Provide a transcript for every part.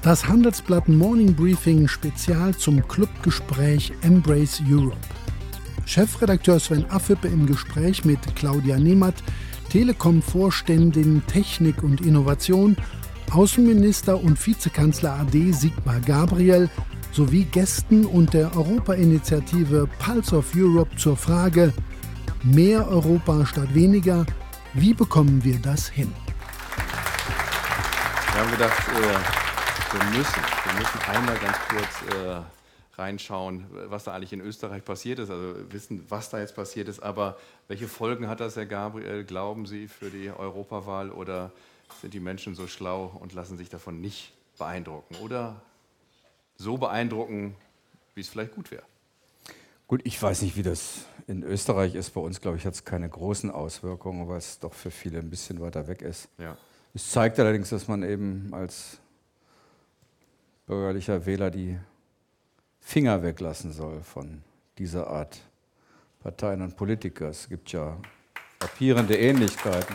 Das Handelsblatt Morning Briefing Spezial zum Clubgespräch Embrace Europe. Chefredakteur Sven Affüppe im Gespräch mit Claudia Nemath, Telekom-Vorständin Technik und Innovation, Außenminister und Vizekanzler AD Sigmar Gabriel sowie Gästen und der Europa-Initiative Pulse of Europe zur Frage: Mehr Europa statt weniger, wie bekommen wir das hin? Wir haben gedacht, wir müssen einmal ganz kurz reinschauen, was da eigentlich in Österreich passiert ist, also wissen, was da jetzt passiert ist, aber welche Folgen hat das, Herr Gabriel, glauben Sie, für die Europawahl, oder sind die Menschen so schlau und lassen sich davon nicht beeindrucken oder so beeindrucken, wie es vielleicht gut wäre? Gut, ich weiß nicht, wie das in Österreich ist. Bei uns, glaube ich, hat es keine großen Auswirkungen, weil es doch für viele ein bisschen weiter weg ist. Ja. Es zeigt allerdings, dass man eben als bürgerlicher Wähler die Finger weglassen soll von dieser Art Parteien und Politiker. Es gibt ja frappierende Ähnlichkeiten.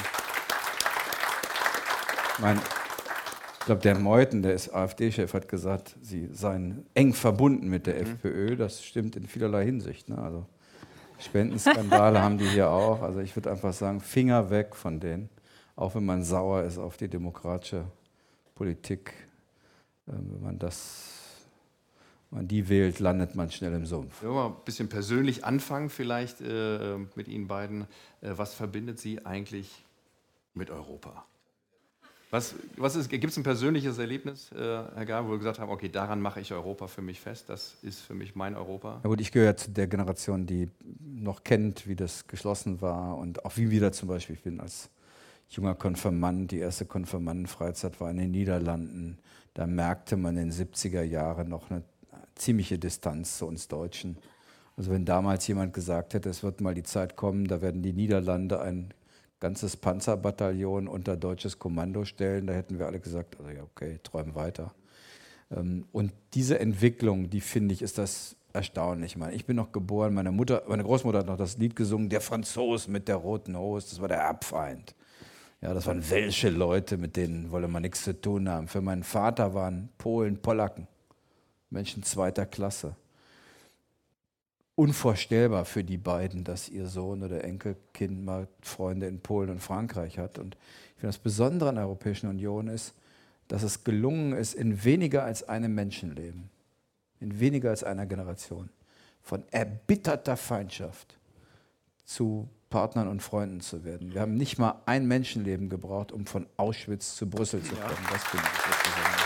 Ich glaube, der Meuthen, der ist AfD-Chef, hat gesagt, sie seien eng verbunden mit der FPÖ. Das stimmt in vielerlei Hinsicht. Ne? Also Spendenskandale haben die hier auch. Also ich würde einfach sagen, Finger weg von denen. Auch wenn man sauer ist auf die demokratische Politik. Wenn man die wählt, landet man schnell im Sumpf. Wir wollen mal ein bisschen persönlich anfangen vielleicht mit Ihnen beiden. Was verbindet Sie eigentlich mit Europa? Gibt es ein persönliches Erlebnis, Herr Gabriel, wo Sie gesagt haben, okay, daran mache ich Europa für mich fest, das ist für mich mein Europa? Ja gut, ich gehöre zu der Generation, die noch kennt, wie das geschlossen war und auch wie wieder zum Beispiel, ich bin als junger Konfirmand, die erste Konfirmandenfreizeit war in den Niederlanden, da merkte man in den 70er Jahren noch eine ziemliche Distanz zu uns Deutschen. Also wenn damals jemand gesagt hätte, es wird mal die Zeit kommen, da werden die Niederlande ein ganzes Panzerbataillon unter deutsches Kommando stellen, da hätten wir alle gesagt, also ja okay, träumen weiter. Und diese Entwicklung, die finde ich, ist das erstaunlich. Ich bin noch geboren, meine Großmutter hat noch das Lied gesungen, der Franzos mit der roten Hose, das war der Erbfeind. Ja, das waren welsche Leute, mit denen wolle man nichts zu tun haben. Für meinen Vater waren Polen, Polacken, Menschen zweiter Klasse. Unvorstellbar für die beiden, dass ihr Sohn oder Enkelkind mal Freunde in Polen und Frankreich hat. Und ich finde, das Besondere an der Europäischen Union ist, dass es gelungen ist, in weniger als einem Menschenleben, in weniger als einer Generation, von erbitterter Feindschaft zu Partnern und Freunden zu werden. Wir haben nicht mal ein Menschenleben gebraucht, um von Auschwitz zu Brüssel zu kommen. Ja. Das finde ich das Besondere.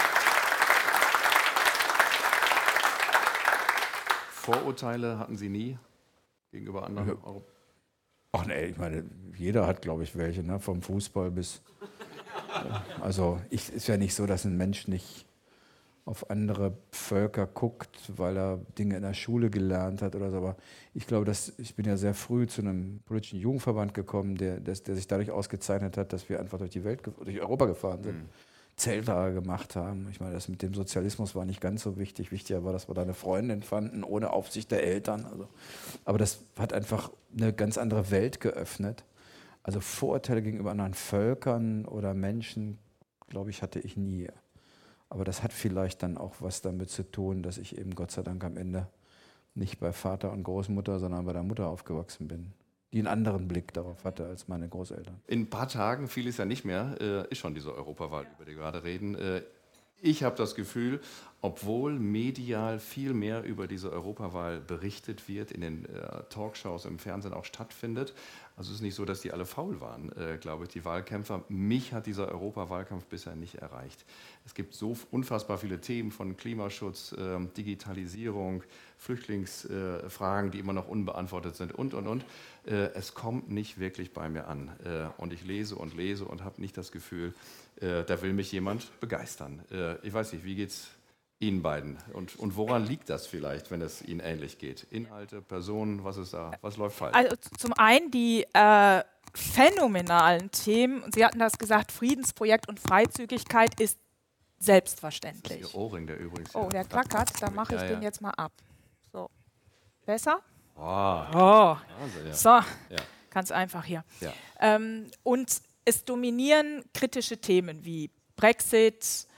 Vorurteile hatten Sie nie gegenüber anderen? Ja. Ach nee, ich meine, jeder hat, glaube ich, welche, ne? Vom Fußball bis... Also ist ja nicht so, dass ein Mensch nicht auf andere Völker guckt, weil er Dinge in der Schule gelernt hat oder so. Aber ich glaube, ich bin ja sehr früh zu einem politischen Jugendverband gekommen, der sich dadurch ausgezeichnet hat, dass wir einfach durch Europa gefahren sind. Zeltlager gemacht haben. Ich meine, das mit dem Sozialismus war nicht ganz so wichtig. Wichtiger war, dass wir da eine Freundin fanden, ohne Aufsicht der Eltern. Also, aber das hat einfach eine ganz andere Welt geöffnet. Also Vorurteile gegenüber anderen Völkern oder Menschen, glaube ich, hatte ich nie. Aber das hat vielleicht dann auch was damit zu tun, dass ich eben Gott sei Dank am Ende nicht bei Vater und Großmutter, sondern bei der Mutter aufgewachsen bin, die einen anderen Blick darauf hatte als meine Großeltern. In ein paar Tagen, viel ist ja nicht mehr, ist schon diese Europawahl, über die wir gerade reden. Ich habe das Gefühl, obwohl medial viel mehr über diese Europawahl berichtet wird, in den Talkshows im Fernsehen auch stattfindet, also es ist nicht so, dass die alle faul waren, glaube ich, die Wahlkämpfer. Mich hat dieser Europawahlkampf bisher nicht erreicht. Es gibt so unfassbar viele Themen von Klimaschutz, Digitalisierung, Flüchtlingsfragen, die immer noch unbeantwortet sind und. Es kommt nicht wirklich bei mir an. Und ich lese und habe nicht das Gefühl, da will mich jemand begeistern. Ich weiß nicht, wie geht's Ihnen beiden? Und woran liegt das vielleicht, wenn es Ihnen ähnlich geht? Inhalte, Personen, was ist da? Was läuft falsch? Also zum einen die phänomenalen Themen, Sie hatten das gesagt, Friedensprojekt und Freizügigkeit ist selbstverständlich. Das ist Ihr Ohrring, der übrigens... Oh, der klackert, dann mache ich den jetzt mal ab. So. Besser? Oh. Also, ja. So, ja. Ganz einfach hier. Ja. Und es dominieren kritische Themen wie Brexit,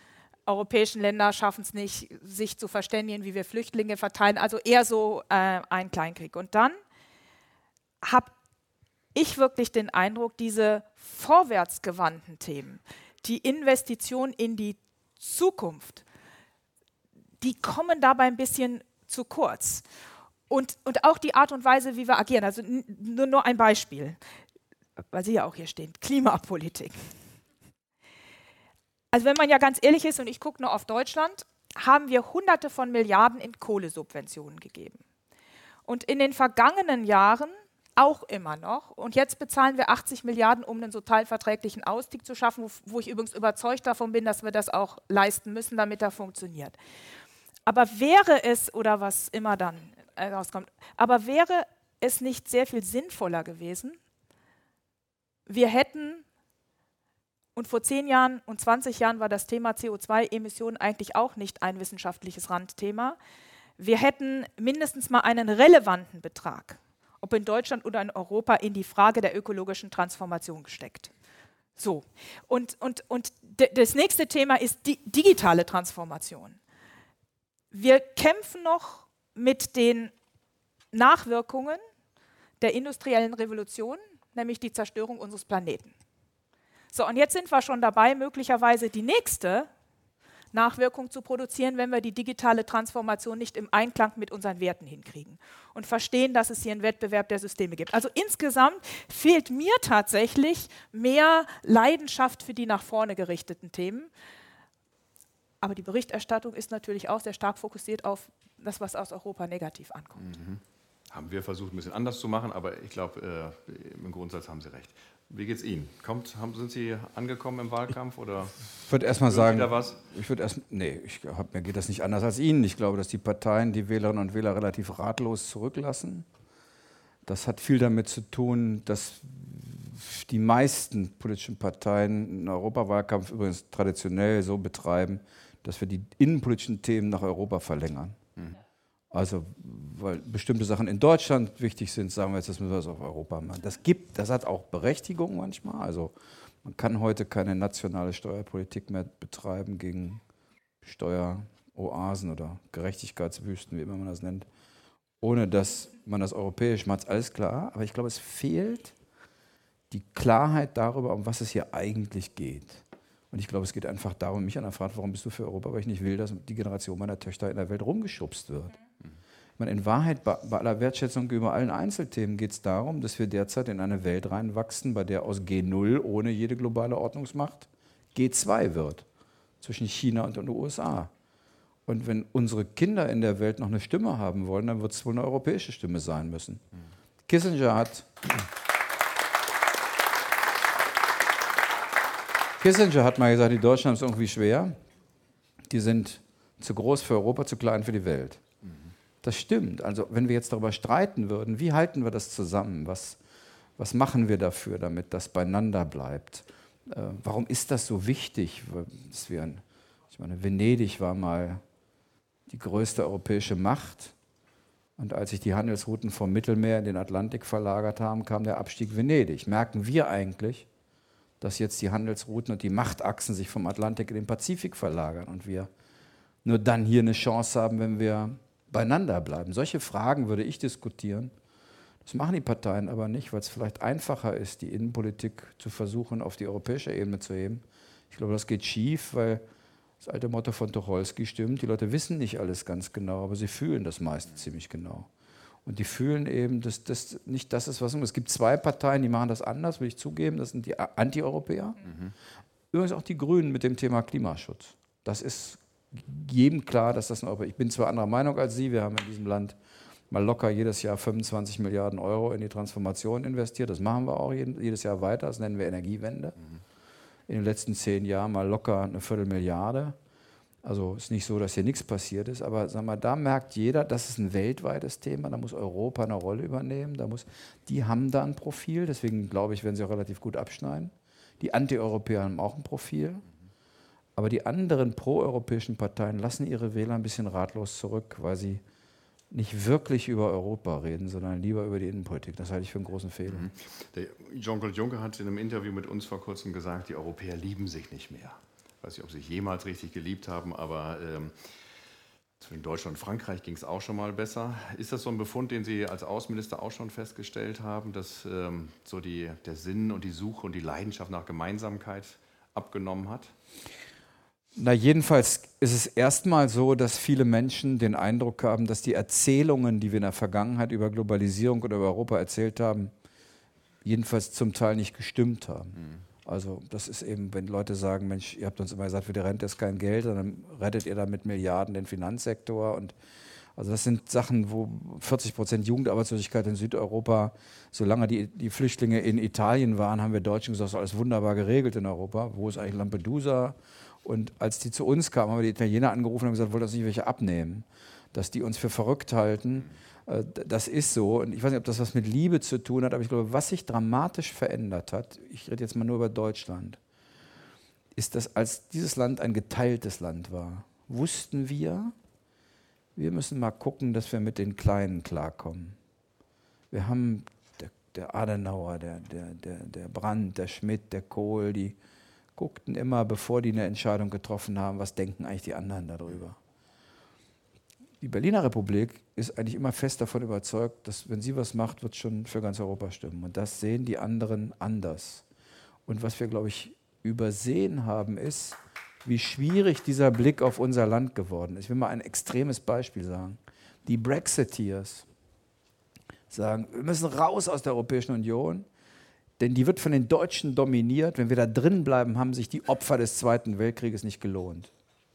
europäischen Länder schaffen es nicht, sich zu verständigen, wie wir Flüchtlinge verteilen. Also eher so ein Kleinkrieg. Und dann habe ich wirklich den Eindruck, diese vorwärtsgewandten Themen, die Investition in die Zukunft, die kommen dabei ein bisschen zu kurz. Und auch die Art und Weise, wie wir agieren. Also nur ein Beispiel, weil Sie ja auch hier stehen, Klimapolitik. Also wenn man ja ganz ehrlich ist, und ich gucke nur auf Deutschland, haben wir Hunderte von Milliarden in Kohlesubventionen gegeben. Und in den vergangenen Jahren auch immer noch. Und jetzt bezahlen wir 80 Milliarden, um einen sozialverträglichen Ausstieg zu schaffen, wo ich übrigens überzeugt davon bin, dass wir das auch leisten müssen, damit er funktioniert. Aber wäre es, oder was immer dann rauskommt, aber wäre es nicht sehr viel sinnvoller gewesen, wir hätten, und vor 10 Jahren und 20 Jahren war das Thema CO2-Emissionen eigentlich auch nicht ein wissenschaftliches Randthema, wir hätten mindestens mal einen relevanten Betrag, ob in Deutschland oder in Europa, in die Frage der ökologischen Transformation gesteckt. So. Und das nächste Thema ist die digitale Transformation. Wir kämpfen noch mit den Nachwirkungen der industriellen Revolution, nämlich die Zerstörung unseres Planeten. So, und jetzt sind wir schon dabei, möglicherweise die nächste Nachwirkung zu produzieren, wenn wir die digitale Transformation nicht im Einklang mit unseren Werten hinkriegen und verstehen, dass es hier einen Wettbewerb der Systeme gibt. Also insgesamt fehlt mir tatsächlich mehr Leidenschaft für die nach vorne gerichteten Themen. Aber die Berichterstattung ist natürlich auch sehr stark fokussiert auf das, was aus Europa negativ ankommt. Mhm. Haben wir versucht, ein bisschen anders zu machen, aber ich glaube, im Grundsatz haben Sie recht. Wie geht es Ihnen? Sind Sie angekommen im Wahlkampf? Oder ich würde erst mal sagen, mir geht das nicht anders als Ihnen. Ich glaube, dass die Parteien die Wählerinnen und Wähler relativ ratlos zurücklassen. Das hat viel damit zu tun, dass die meisten politischen Parteien einen Europawahlkampf übrigens traditionell so betreiben, dass wir die innenpolitischen Themen nach Europa verlängern. Also, weil bestimmte Sachen in Deutschland wichtig sind, sagen wir jetzt, das müssen wir auf Europa machen. Das hat auch Berechtigung manchmal. Also, man kann heute keine nationale Steuerpolitik mehr betreiben gegen Steueroasen oder Gerechtigkeitswüsten, wie immer man das nennt, ohne dass man das europäisch macht. Alles klar, aber ich glaube, es fehlt die Klarheit darüber, um was es hier eigentlich geht. Und ich glaube, es geht einfach darum, mich einer fragt, warum bist du für Europa? Weil ich nicht will, dass die Generation meiner Töchter in der Welt rumgeschubst wird. Ich meine, in Wahrheit, bei aller Wertschätzung über allen Einzelthemen geht es darum, dass wir derzeit in eine Welt reinwachsen, bei der aus G0 ohne jede globale Ordnungsmacht G2 wird, zwischen China und den USA. Und wenn unsere Kinder in der Welt noch eine Stimme haben wollen, dann wird es wohl eine europäische Stimme sein müssen. Kissinger hat mal gesagt, die Deutschen haben es irgendwie schwer. Die sind zu groß für Europa, zu klein für die Welt. Das stimmt. Also wenn wir jetzt darüber streiten würden, wie halten wir das zusammen? Was machen wir dafür, damit das beieinander bleibt? Warum ist das so wichtig? Ich meine, Venedig war mal die größte europäische Macht. Und als sich die Handelsrouten vom Mittelmeer in den Atlantik verlagert haben, kam der Abstieg Venedig. Merken wir eigentlich, dass jetzt die Handelsrouten und die Machtachsen sich vom Atlantik in den Pazifik verlagern und wir nur dann hier eine Chance haben, wenn wir beieinander bleiben? Solche Fragen würde ich diskutieren. Das machen die Parteien aber nicht, weil es vielleicht einfacher ist, die Innenpolitik zu versuchen, auf die europäische Ebene zu heben. Ich glaube, das geht schief, weil das alte Motto von Tucholsky stimmt. Die Leute wissen nicht alles ganz genau, aber sie fühlen das meiste ziemlich genau. Und die fühlen eben, dass das nicht das ist, was es gibt. 2 Parteien, die machen das anders, will ich zugeben. Das sind die Anti-Europäer. Übrigens auch die Grünen mit dem Thema Klimaschutz. Das ist jedem klar, dass das ein Europa. Ich bin zwar anderer Meinung als Sie. Wir haben in diesem Land mal locker jedes Jahr 25 Milliarden Euro in die Transformation investiert. Das machen wir auch jedes Jahr weiter. Das nennen wir Energiewende. In den letzten 10 Jahren mal locker eine Viertelmilliarde. Also es ist nicht so, dass hier nichts passiert ist, aber sag mal, da merkt jeder, das ist ein weltweites Thema, da muss Europa eine Rolle übernehmen, die haben da ein Profil, deswegen glaube ich, werden sie auch relativ gut abschneiden. Die Anti-Europäer haben auch ein Profil, aber die anderen proeuropäischen Parteien lassen ihre Wähler ein bisschen ratlos zurück, weil sie nicht wirklich über Europa reden, sondern lieber über die Innenpolitik. Das halte ich für einen großen Fehler. Der Jean-Claude Juncker hat in einem Interview mit uns vor kurzem gesagt, die Europäer lieben sich nicht mehr. weiß nicht, ob sie sich jemals richtig geliebt haben, aber zwischen Deutschland und Frankreich ging es auch schon mal besser. Ist das so ein Befund, den Sie als Außenminister auch schon festgestellt haben, dass so der Sinn und die Suche und die Leidenschaft nach Gemeinsamkeit abgenommen hat? Na, jedenfalls ist es erstmal so, dass viele Menschen den Eindruck haben, dass die Erzählungen, die wir in der Vergangenheit über Globalisierung oder über Europa erzählt haben, jedenfalls zum Teil nicht gestimmt haben. Also das ist eben, wenn Leute sagen, Mensch, ihr habt uns immer gesagt, für die Rente ist kein Geld, dann rettet ihr da mit Milliarden den Finanzsektor. Und also das sind Sachen, wo 40% Jugendarbeitslosigkeit in Südeuropa, solange die Flüchtlinge in Italien waren, haben wir Deutschen gesagt, das ist alles wunderbar geregelt in Europa. Wo ist eigentlich Lampedusa? Und als die zu uns kamen, haben wir die Italiener angerufen und haben gesagt, wollt ihr uns nicht welche abnehmen? Dass die uns für verrückt halten. Das ist so. Und ich weiß nicht, ob das was mit Liebe zu tun hat, aber ich glaube, was sich dramatisch verändert hat, ich rede jetzt mal nur über Deutschland, ist, dass als dieses Land ein geteiltes Land war, wussten wir müssen mal gucken, dass wir mit den Kleinen klarkommen. Wir haben der Adenauer, der Brandt, der Schmidt, der Kohl, die guckten immer, bevor die eine Entscheidung getroffen haben, was denken eigentlich die anderen darüber. Die Berliner Republik ist eigentlich immer fest davon überzeugt, dass wenn sie was macht, wird es schon für ganz Europa stimmen. Und das sehen die anderen anders. Und was wir, glaube ich, übersehen haben, ist, wie schwierig dieser Blick auf unser Land geworden ist. Ich will mal ein extremes Beispiel sagen. Die Brexiteers sagen, wir müssen raus aus der Europäischen Union, denn die wird von den Deutschen dominiert. Wenn wir da drin bleiben, haben sich die Opfer des Zweiten Weltkrieges nicht gelohnt.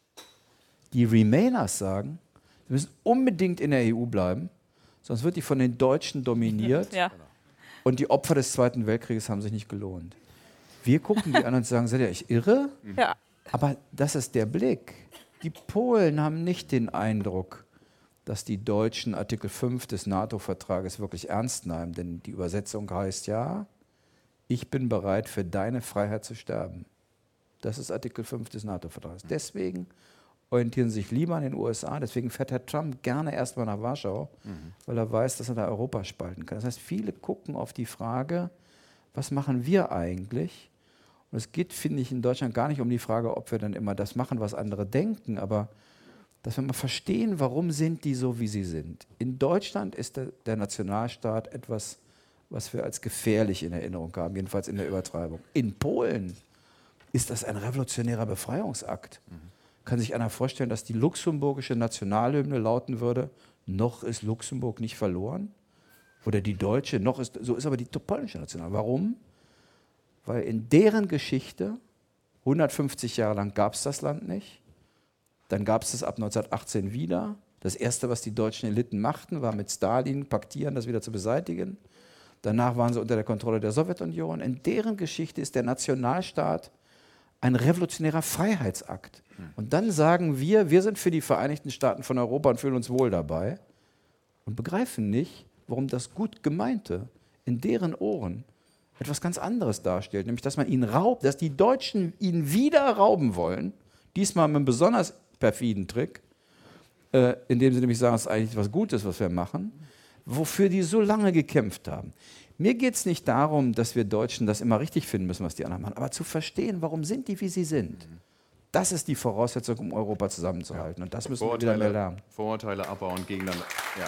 Die Remainers sagen, wir müssen unbedingt in der EU bleiben, sonst wird die von den Deutschen dominiert und die Opfer des Zweiten Weltkrieges haben sich nicht gelohnt. Wir gucken die an und sagen, seid ihr echt irre? Ja. Aber das ist der Blick. Die Polen haben nicht den Eindruck, dass die Deutschen Artikel 5 des NATO-Vertrages wirklich ernst nehmen, denn die Übersetzung heißt ja, ich bin bereit, für deine Freiheit zu sterben. Das ist Artikel 5 des NATO-Vertrages. Deswegen orientieren sie sich lieber an den USA. Deswegen fährt Herr Trump gerne erstmal nach Warschau, weil er weiß, dass er da Europa spalten kann. Das heißt, viele gucken auf die Frage, was machen wir eigentlich? Und es geht, finde ich, in Deutschland gar nicht um die Frage, ob wir dann immer das machen, was andere denken, aber dass wir mal verstehen, warum sind die so, wie sie sind. In Deutschland ist der Nationalstaat etwas, was wir als gefährlich in Erinnerung haben, jedenfalls in der Übertreibung. In Polen ist das ein revolutionärer Befreiungsakt. Kann sich einer vorstellen, dass die luxemburgische Nationalhymne lauten würde, noch ist Luxemburg nicht verloren? Oder die deutsche, so ist aber die polnische National. Warum? Weil in deren Geschichte, 150 Jahre lang gab es das Land nicht, dann gab es das ab 1918 wieder. Das Erste, was die deutschen Eliten machten, war mit Stalin paktieren, das wieder zu beseitigen. Danach waren sie unter der Kontrolle der Sowjetunion. In deren Geschichte ist der Nationalstaat ein revolutionärer Freiheitsakt. Und dann sagen wir sind für die Vereinigten Staaten von Europa und fühlen uns wohl dabei und begreifen nicht, warum das gut Gemeinte in deren Ohren etwas ganz anderes darstellt, nämlich dass man ihnen raubt, dass die Deutschen ihn wieder rauben wollen, diesmal mit einem besonders perfiden Trick, indem sie nämlich sagen, es ist eigentlich was Gutes, was wir machen, wofür die so lange gekämpft haben. Mir geht es nicht darum, dass wir Deutschen das immer richtig finden müssen, was die anderen machen, aber zu verstehen, warum sind die, wie sie sind. Das ist die Voraussetzung, um Europa zusammenzuhalten. Und das müssen wir wieder mehr lernen. Vorurteile abbauen, gegeneinander. Ja.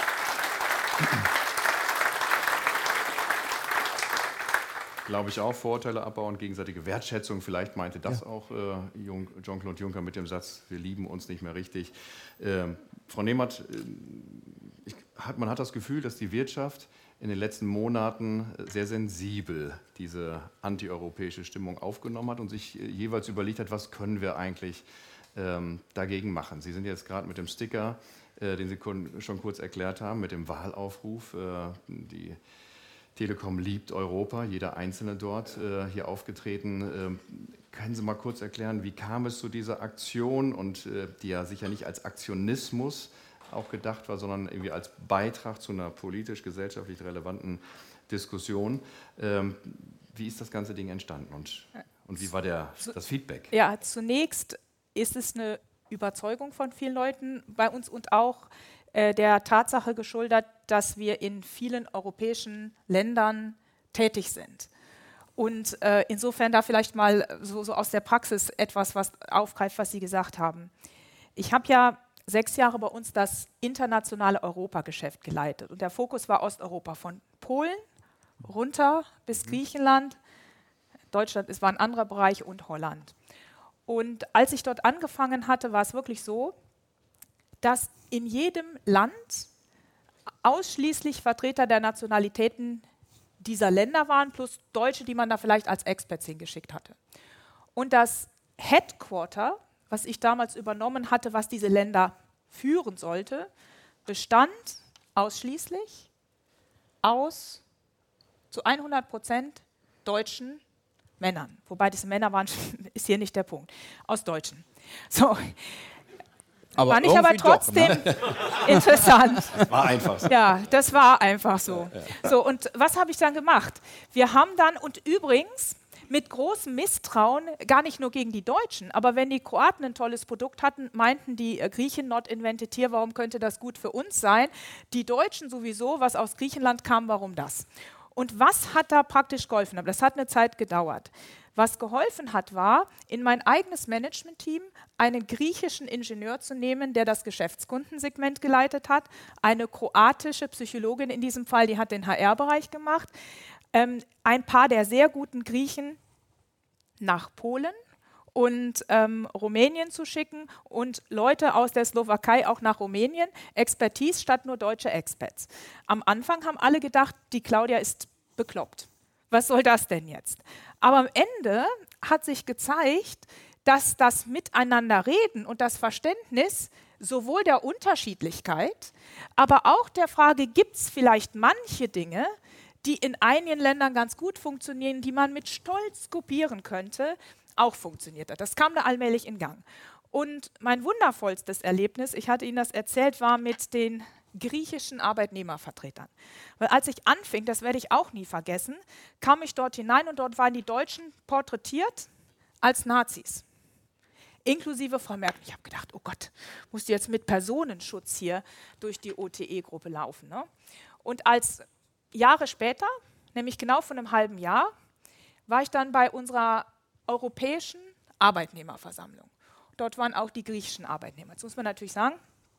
Glaube ich auch, Vorurteile abbauen, gegenseitige Wertschätzung. Vielleicht meinte das auch Jean-Claude Juncker mit dem Satz, wir lieben uns nicht mehr richtig. Frau Nehmert, man hat das Gefühl, dass die Wirtschaft in den letzten Monaten sehr sensibel diese antieuropäische Stimmung aufgenommen hat und sich jeweils überlegt hat, was können wir eigentlich dagegen machen. Sie sind jetzt gerade mit dem Sticker, den Sie schon kurz erklärt haben, mit dem Wahlaufruf, die Telekom liebt Europa, jeder Einzelne dort hier aufgetreten. Können Sie mal kurz erklären, wie kam es zu dieser Aktion und die ja sicher nicht als Aktionismus auch gedacht war, sondern irgendwie als Beitrag zu einer politisch-gesellschaftlich relevanten Diskussion. Wie ist das ganze Ding entstanden und wie war das Feedback? Ja, zunächst ist es eine Überzeugung von vielen Leuten bei uns und auch der Tatsache geschuldet, dass wir in vielen europäischen Ländern tätig sind. Und insofern da vielleicht mal so aus der Praxis etwas, was aufgreift, was Sie gesagt haben. Ich habe ja 6 Jahre bei uns das internationale Europageschäft geleitet. Und der Fokus war Osteuropa, von Polen runter bis Griechenland. Deutschland war ein anderer Bereich und Holland. Und als ich dort angefangen hatte, war es wirklich so, dass in jedem Land ausschließlich Vertreter der Nationalitäten dieser Länder waren, plus Deutsche, die man da vielleicht als Experts hingeschickt hatte. Und das Headquarter, was ich damals übernommen hatte, was diese Länder führen sollte, bestand ausschließlich aus zu 100% deutschen Männern. Wobei diese Männer waren, ist hier nicht der Punkt, aus Deutschen. So. Aber fand ich aber trotzdem doch, ne? interessant. War einfach so. Ja, das war einfach so. So, und was habe ich dann gemacht? Wir haben dann, und übrigens mit großem Misstrauen, gar nicht nur gegen die Deutschen, aber wenn die Kroaten ein tolles Produkt hatten, meinten die Griechen, not invented here, warum könnte das gut für uns sein? Die Deutschen sowieso, was aus Griechenland kam, warum das? Und was hat da praktisch geholfen? Aber das hat eine Zeit gedauert. Was geholfen hat, war, in mein eigenes Management-Team einen griechischen Ingenieur zu nehmen, der das Geschäftskundensegment geleitet hat, eine kroatische Psychologin in diesem Fall, die hat den HR-Bereich gemacht, ein paar der sehr guten Griechen nach Polen und Rumänien zu schicken und Leute aus der Slowakei auch nach Rumänien, Expertise statt nur deutsche Experts. Am Anfang haben alle gedacht, die Claudia ist bekloppt. Was soll das denn jetzt? Aber am Ende hat sich gezeigt, dass das Miteinanderreden und das Verständnis sowohl der Unterschiedlichkeit, aber auch der Frage, gibt es vielleicht manche Dinge, die in einigen Ländern ganz gut funktionieren, die man mit Stolz kopieren könnte, auch funktioniert hat. Das kam da allmählich in Gang. Und mein wundervollstes Erlebnis, ich hatte Ihnen das erzählt, war mit den griechischen Arbeitnehmervertretern. Weil als ich anfing, das werde ich auch nie vergessen, kam ich dort hinein und dort waren die Deutschen porträtiert als Nazis. Inklusive Frau Merkel. Ich habe gedacht, oh Gott, muss die jetzt mit Personenschutz hier durch die OTE-Gruppe laufen. Ne? Und als Jahre später, nämlich genau vor einem halben Jahr, war ich dann bei unserer europäischen Arbeitnehmerversammlung. Dort waren auch die griechischen Arbeitnehmer. Jetzt muss man natürlich sagen,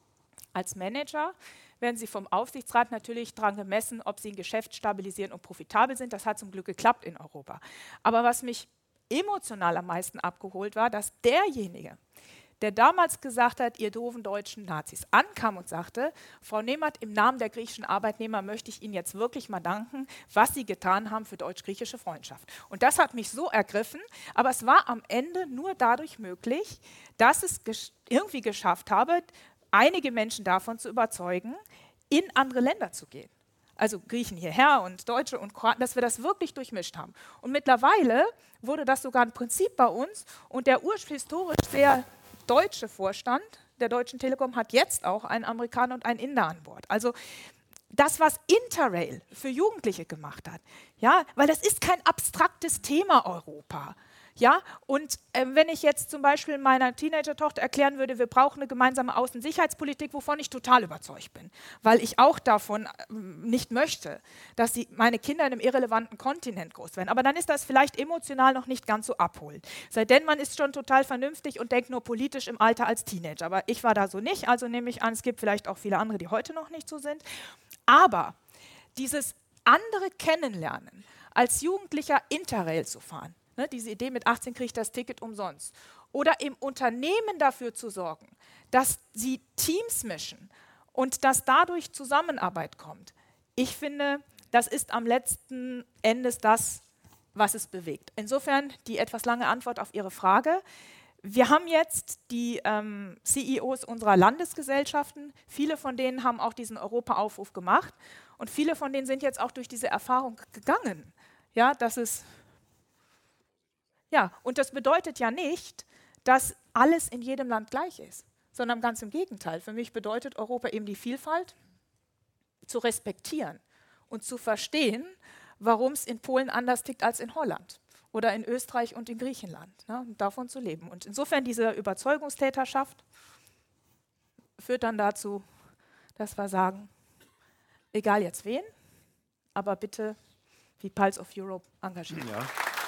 als Manager werden Sie vom Aufsichtsrat natürlich daran gemessen, ob Sie ein Geschäft stabilisieren und profitabel sind. Das hat zum Glück geklappt in Europa. Aber was mich emotional am meisten abgeholt war, dass derjenige, der damals gesagt hat, ihr doofen deutschen Nazis, ankam und sagte, Frau Nehmert, im Namen der griechischen Arbeitnehmer möchte ich Ihnen jetzt wirklich mal danken, was Sie getan haben für deutsch-griechische Freundschaft. Und das hat mich so ergriffen, aber es war am Ende nur dadurch möglich, dass es irgendwie geschafft habe, einige Menschen davon zu überzeugen, in andere Länder zu gehen. Also Griechen hierher und Deutsche und Kroaten, dass wir das wirklich durchmischt haben. Und mittlerweile wurde das sogar ein Prinzip bei uns und der historisch sehr deutsche Vorstand der Deutschen Telekom hat jetzt auch einen Amerikaner und einen Inder an Bord. Also das, was Interrail für Jugendliche gemacht hat, ja, weil das ist kein abstraktes Thema Europa. Ja, und wenn ich jetzt zum Beispiel meiner Teenager-Tochter erklären würde, wir brauchen eine gemeinsame Außensicherheitspolitik, wovon ich total überzeugt bin, weil ich auch davon nicht möchte, dass meine Kinder in einem irrelevanten Kontinent groß werden. Aber dann ist das vielleicht emotional noch nicht ganz so abholend. Sei denn, man ist schon total vernünftig und denkt nur politisch im Alter als Teenager. Aber ich war da so nicht, also nehme ich an, es gibt vielleicht auch viele andere, die heute noch nicht so sind. Aber dieses andere Kennenlernen, als Jugendlicher Interrail zu fahren, ne, diese Idee mit 18 kriege ich das Ticket umsonst, oder im Unternehmen dafür zu sorgen, dass sie Teams mischen und dass dadurch Zusammenarbeit kommt. Ich finde, das ist am letzten Endes das, was es bewegt. Insofern die etwas lange Antwort auf Ihre Frage. Wir haben jetzt die CEOs unserer Landesgesellschaften. Viele von denen haben auch diesen Europa-Aufruf gemacht. Und viele von denen sind jetzt auch durch diese Erfahrung gegangen. Ja, und das bedeutet ja nicht, dass alles in jedem Land gleich ist, sondern ganz im Gegenteil. Für mich bedeutet Europa eben die Vielfalt zu respektieren und zu verstehen, warum es in Polen anders tickt als in Holland oder in Österreich und in Griechenland, ne, und davon zu leben. Und insofern diese Überzeugungstäterschaft führt dann dazu, dass wir sagen, egal jetzt wen, aber bitte wie Pulse of Europe engagieren. Ja.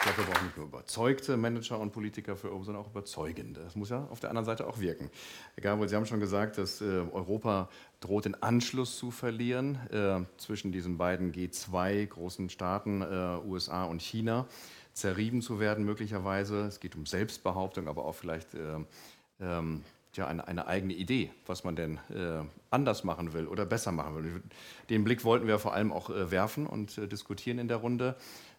glaube, wir brauchen nicht nur überzeugte Manager und Politiker für Europa, sondern auch überzeugende. Das muss ja auf der anderen Seite auch wirken. Herr Gabriel, Sie haben schon gesagt, dass Europa droht, den Anschluss zu verlieren zwischen diesen beiden G2 großen Staaten, USA und China, zerrieben zu werden möglicherweise. Es geht um Selbstbehauptung, aber auch vielleicht eine eigene Idee, was man denn anders machen will oder besser machen will. Den Blick wollten wir vor allem auch werfen und diskutieren in der Runde.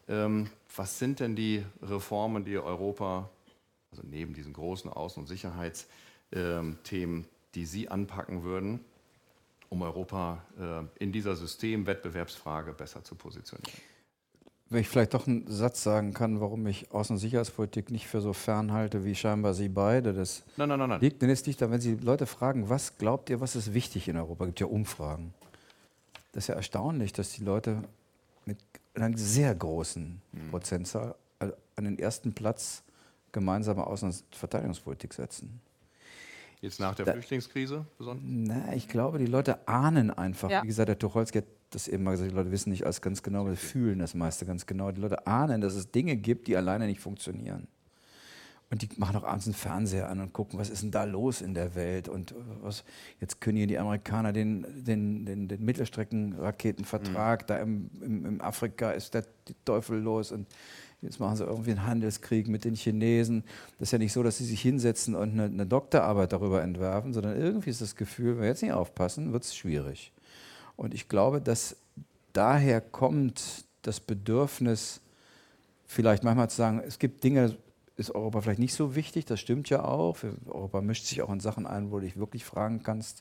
Was sind denn die Reformen, die Europa, also neben diesen großen Außen- und Sicherheitsthemen, die Sie anpacken würden, um Europa in dieser Systemwettbewerbsfrage besser zu positionieren? Wenn ich vielleicht doch einen Satz sagen kann, warum ich Außen- und Sicherheitspolitik nicht für so fern halte, wie scheinbar Sie beide. Das Nein. liegt nicht daran, wenn Sie Leute fragen, was glaubt ihr, was ist wichtig in Europa? Es gibt ja Umfragen. Das ist ja erstaunlich, dass die Leute mit einer sehr großen Prozentzahl an den ersten Platz gemeinsame Außen- und Verteidigungspolitik setzen. Jetzt nach der Flüchtlingskrise besonders? Na, ich glaube, die Leute ahnen einfach. Ja. Wie gesagt, der Tucholsky hat das eben mal gesagt, die Leute wissen nicht alles ganz genau, aber fühlen das meiste ganz genau. Die Leute ahnen, dass es Dinge gibt, die alleine nicht funktionieren. Und die machen auch abends den Fernseher an und gucken, was ist denn da los in der Welt? Und was, jetzt kündigen die Amerikaner den Mittelstreckenraketenvertrag, da im Afrika ist der Teufel los und jetzt machen sie irgendwie einen Handelskrieg mit den Chinesen. Das ist ja nicht so, dass sie sich hinsetzen und eine Doktorarbeit darüber entwerfen, sondern irgendwie ist das Gefühl, wenn wir jetzt nicht aufpassen, wird es schwierig. Und ich glaube, dass daher kommt das Bedürfnis, vielleicht manchmal zu sagen, es gibt Dinge, ist Europa vielleicht nicht so wichtig, das stimmt ja auch. Europa mischt sich auch in Sachen ein, wo du dich wirklich fragen kannst.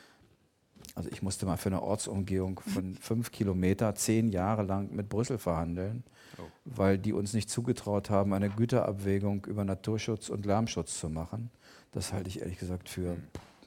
Also ich musste mal für eine Ortsumgehung von 5 Kilometer 10 Jahre lang mit Brüssel verhandeln, weil die uns nicht zugetraut haben, eine Güterabwägung über Naturschutz und Lärmschutz zu machen. Das halte ich ehrlich gesagt für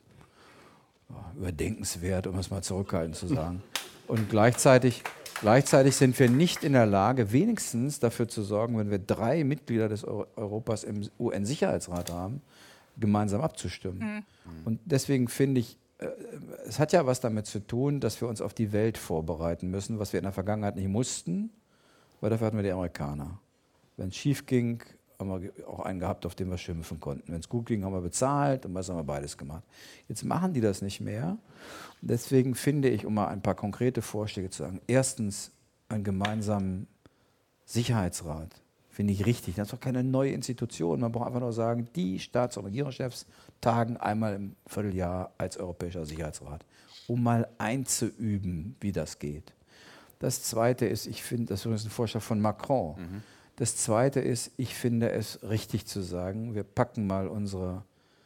überdenkenswert, um es mal zurückhaltend zu sagen. Und gleichzeitig sind wir nicht in der Lage, wenigstens dafür zu sorgen, wenn wir 3 Mitglieder des Europas im UN-Sicherheitsrat haben, gemeinsam abzustimmen. Und deswegen finde ich, es hat ja was damit zu tun, dass wir uns auf die Welt vorbereiten müssen, was wir in der Vergangenheit nicht mussten, weil dafür hatten wir die Amerikaner. Wenn es schief ging, haben wir auch einen gehabt, auf den wir schimpfen konnten. Wenn es gut ging, haben wir bezahlt und was haben wir beides gemacht. Jetzt machen die das nicht mehr. Deswegen finde ich, um mal ein paar konkrete Vorschläge zu sagen, erstens einen gemeinsamen Sicherheitsrat. Finde ich richtig. Das ist doch keine neue Institution. Man braucht einfach nur sagen, die Staats- und Regierungschefs tagen einmal im Vierteljahr als Europäischer Sicherheitsrat, um mal einzuüben, wie das geht. Das Zweite ist, ich finde, das ist übrigens ein Vorschlag von Macron. Das Zweite ist, ich finde es richtig zu sagen, wir packen mal unsere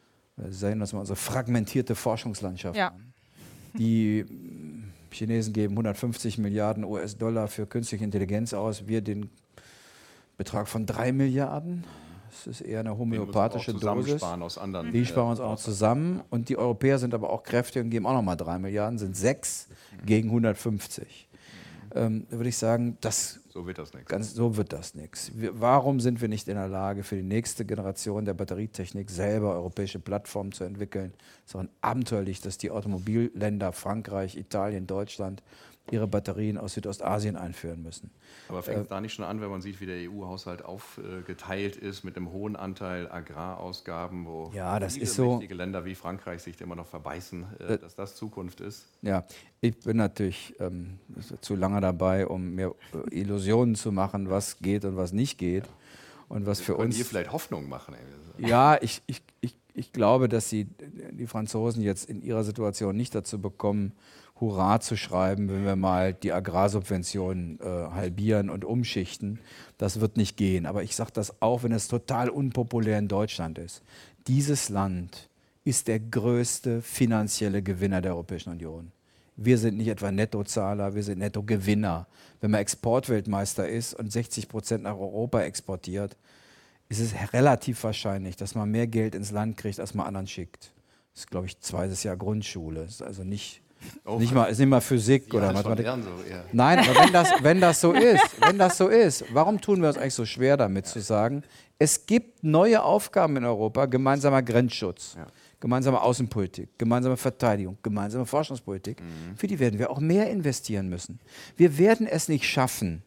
fragmentierte Forschungslandschaft an. Die Chinesen geben 150 Milliarden US-Dollar für künstliche Intelligenz aus, wir den Betrag von 3 Milliarden. Das ist eher eine homöopathische Dosis. Die sparen uns auch zusammen. Und die Europäer sind aber auch kräftig und geben auch nochmal 3 Milliarden, sind 6 gegen 150. Da würde ich sagen, so wird das nichts. Warum sind wir nicht in der Lage, für die nächste Generation der Batterietechnik selber europäische Plattformen zu entwickeln? Es ist auch abenteuerlich, dass die Automobilländer Frankreich, Italien, Deutschland ihre Batterien aus Südostasien einführen müssen. Aber fängt es da nicht schon an, wenn man sieht, wie der EU-Haushalt aufgeteilt ist mit einem hohen Anteil Agrarausgaben, wo viele mächtige Länder wie Frankreich sich immer noch verbeißen, dass das Zukunft ist? Ja, ich bin natürlich zu lange dabei, um mir Illusionen zu machen, was geht und was nicht geht. Und was für uns. Ihr vielleicht Hoffnung machen. Ja, ich glaube, dass die Franzosen jetzt in ihrer Situation nicht dazu bekommen, Hurra zu schreiben, wenn wir mal die Agrarsubventionen halbieren und umschichten. Das wird nicht gehen. Aber ich sage das auch, wenn es total unpopulär in Deutschland ist. Dieses Land ist der größte finanzielle Gewinner der Europäischen Union. Wir sind nicht etwa Nettozahler, wir sind Nettogewinner. Wenn man Exportweltmeister ist und 60% nach Europa exportiert, ist es relativ wahrscheinlich, dass man mehr Geld ins Land kriegt, als man anderen schickt. Das ist, glaube ich, 2. Jahr Grundschule. Das ist also nicht mal Physik oder Mathematik. Nein, aber wenn das so ist, warum tun wir uns eigentlich so schwer damit zu sagen, es gibt neue Aufgaben in Europa, gemeinsamer Grenzschutz, gemeinsame Außenpolitik, gemeinsame Verteidigung, gemeinsame Forschungspolitik, für die werden wir auch mehr investieren müssen. Wir werden es nicht schaffen,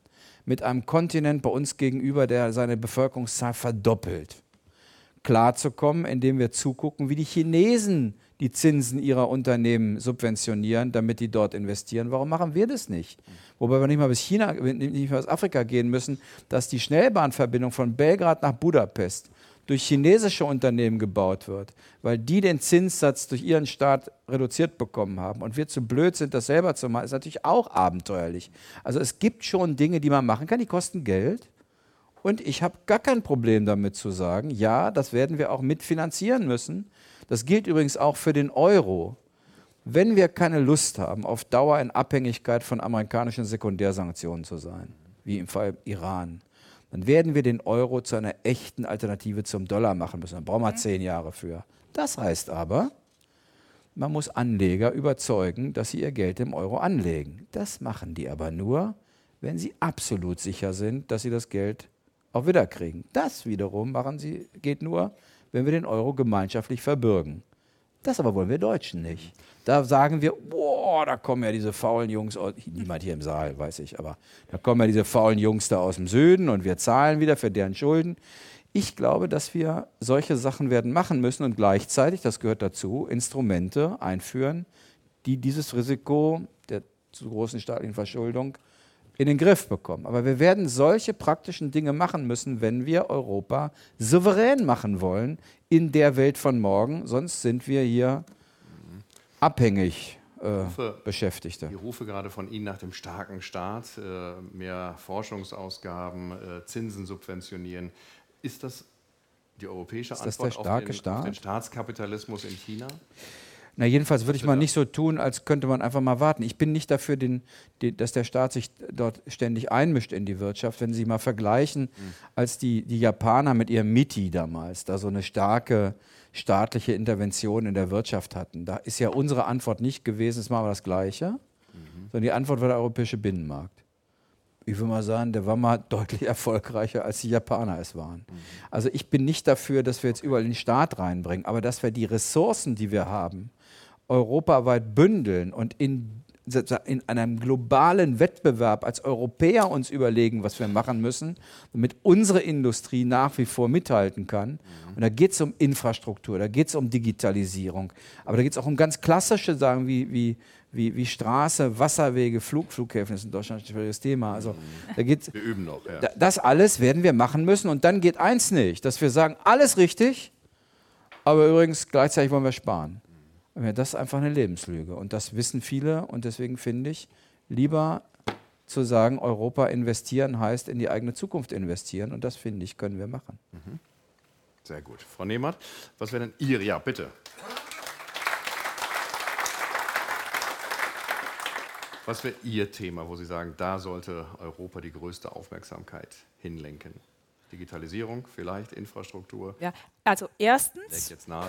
mit einem Kontinent bei uns gegenüber, der seine Bevölkerungszahl verdoppelt, klarzukommen, indem wir zugucken, wie die Chinesen die Zinsen ihrer Unternehmen subventionieren, damit die dort investieren. Warum machen wir das nicht? Wobei wir nicht mal bis China, nicht mal bis Afrika gehen müssen, dass die Schnellbahnverbindung von Belgrad nach Budapest durch chinesische Unternehmen gebaut wird, weil die den Zinssatz durch ihren Staat reduziert bekommen haben und wir zu blöd sind, das selber zu machen, ist natürlich auch abenteuerlich. Also es gibt schon Dinge, die man machen kann, die kosten Geld. Und ich habe gar kein Problem damit zu sagen, ja, das werden wir auch mitfinanzieren müssen. Das gilt übrigens auch für den Euro. Wenn wir keine Lust haben, auf Dauer in Abhängigkeit von amerikanischen Sekundärsanktionen zu sein, wie im Fall Iran, dann werden wir den Euro zu einer echten Alternative zum Dollar machen müssen. Dann brauchen wir 10 Jahre für. Das heißt aber, man muss Anleger überzeugen, dass sie ihr Geld im Euro anlegen. Das machen die aber nur, wenn sie absolut sicher sind, dass sie das Geld auch wieder kriegen. Das wiederum geht nur, wenn wir den Euro gemeinschaftlich verbürgen. Das aber wollen wir Deutschen nicht. Da sagen wir, boah, da kommen ja diese faulen Jungs, niemand hier im Saal, weiß ich, aber da kommen ja diese faulen Jungs da aus dem Süden und wir zahlen wieder für deren Schulden. Ich glaube, dass wir solche Sachen werden machen müssen und gleichzeitig, das gehört dazu, Instrumente einführen, die dieses Risiko der zu großen staatlichen Verschuldung in den Griff bekommen. Aber wir werden solche praktischen Dinge machen müssen, wenn wir Europa souverän machen wollen in der Welt von morgen. Sonst sind wir hier abhängig Beschäftigte. Ich rufe gerade von Ihnen nach dem starken Staat, mehr Forschungsausgaben, Zinsen subventionieren. Ist das die europäische Antwort auf den Staatskapitalismus in China? Na, jedenfalls würde ich mal nicht so tun, als könnte man einfach mal warten. Ich bin nicht dafür, dass der Staat sich dort ständig einmischt in die Wirtschaft. Wenn Sie mal vergleichen, als die Japaner mit ihrem MITI damals da so eine starke staatliche Intervention in der Wirtschaft hatten, da ist ja unsere Antwort nicht gewesen, jetzt machen wir das Gleiche, sondern die Antwort war der europäische Binnenmarkt. Ich würde mal sagen, der war mal deutlich erfolgreicher, als die Japaner es waren. Also ich bin nicht dafür, dass wir jetzt überall den Staat reinbringen, aber dass wir die Ressourcen, die wir haben, europaweit bündeln und in einem globalen Wettbewerb als Europäer uns überlegen, was wir machen müssen, damit unsere Industrie nach wie vor mithalten kann. Und da geht es um Infrastruktur, da geht es um Digitalisierung, aber da geht es auch um ganz klassische Sachen wie Straße, Wasserwege, Flughäfen, das ist in Deutschland ein schwieriges Thema. Also, wir üben noch. Ja. Das alles werden wir machen müssen und dann geht eins nicht, dass wir sagen, alles richtig, aber übrigens gleichzeitig wollen wir sparen. Das ist einfach eine Lebenslüge und das wissen viele und deswegen finde ich, lieber zu sagen, Europa investieren heißt in die eigene Zukunft investieren und das finde ich, können wir machen. Sehr gut. Frau Nehmert, was wäre denn Ihr, ja bitte. Was wäre Ihr Thema, wo Sie sagen, da sollte Europa die größte Aufmerksamkeit hinlenken? Digitalisierung, vielleicht Infrastruktur? Ja, also erstens, Leg jetzt nahe.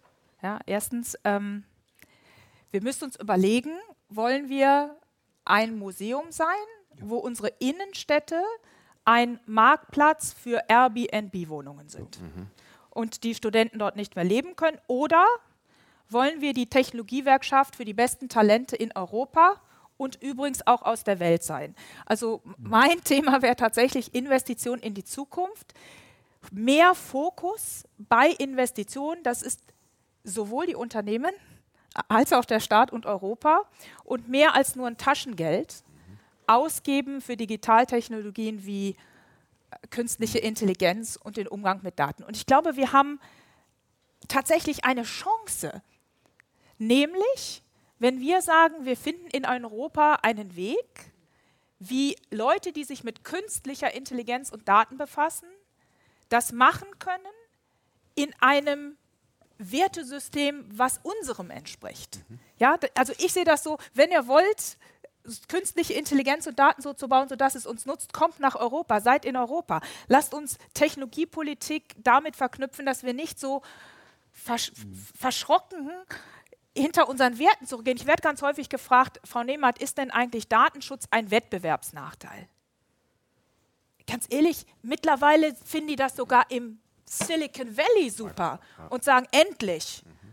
Wir müssen uns überlegen, wollen wir ein Museum sein, wo unsere Innenstädte ein Marktplatz für Airbnb-Wohnungen sind und die Studenten dort nicht mehr leben können? Oder wollen wir die Technologiewerkschaft für die besten Talente in Europa und übrigens auch aus der Welt sein? Also mein Thema wäre tatsächlich Investition in die Zukunft, mehr Fokus bei Investitionen, das ist sowohl die Unternehmen als auch der Staat und Europa und mehr als nur ein Taschengeld ausgeben für Digitaltechnologien wie künstliche Intelligenz und den Umgang mit Daten. Und ich glaube, wir haben tatsächlich eine Chance, nämlich, wenn wir sagen, wir finden in Europa einen Weg, wie Leute, die sich mit künstlicher Intelligenz und Daten befassen, das machen können in einem Wertesystem, was unserem entspricht. Ja, also ich sehe das so, wenn ihr wollt, künstliche Intelligenz und Daten so zu bauen, sodass es uns nutzt, kommt nach Europa, seid in Europa. Lasst uns Technologiepolitik damit verknüpfen, dass wir nicht so verschrocken hinter unseren Werten zurückgehen. Ich werde ganz häufig gefragt, Frau Nehmert, ist denn eigentlich Datenschutz ein Wettbewerbsnachteil? Ganz ehrlich, mittlerweile finden die das sogar im Silicon Valley super und sagen, endlich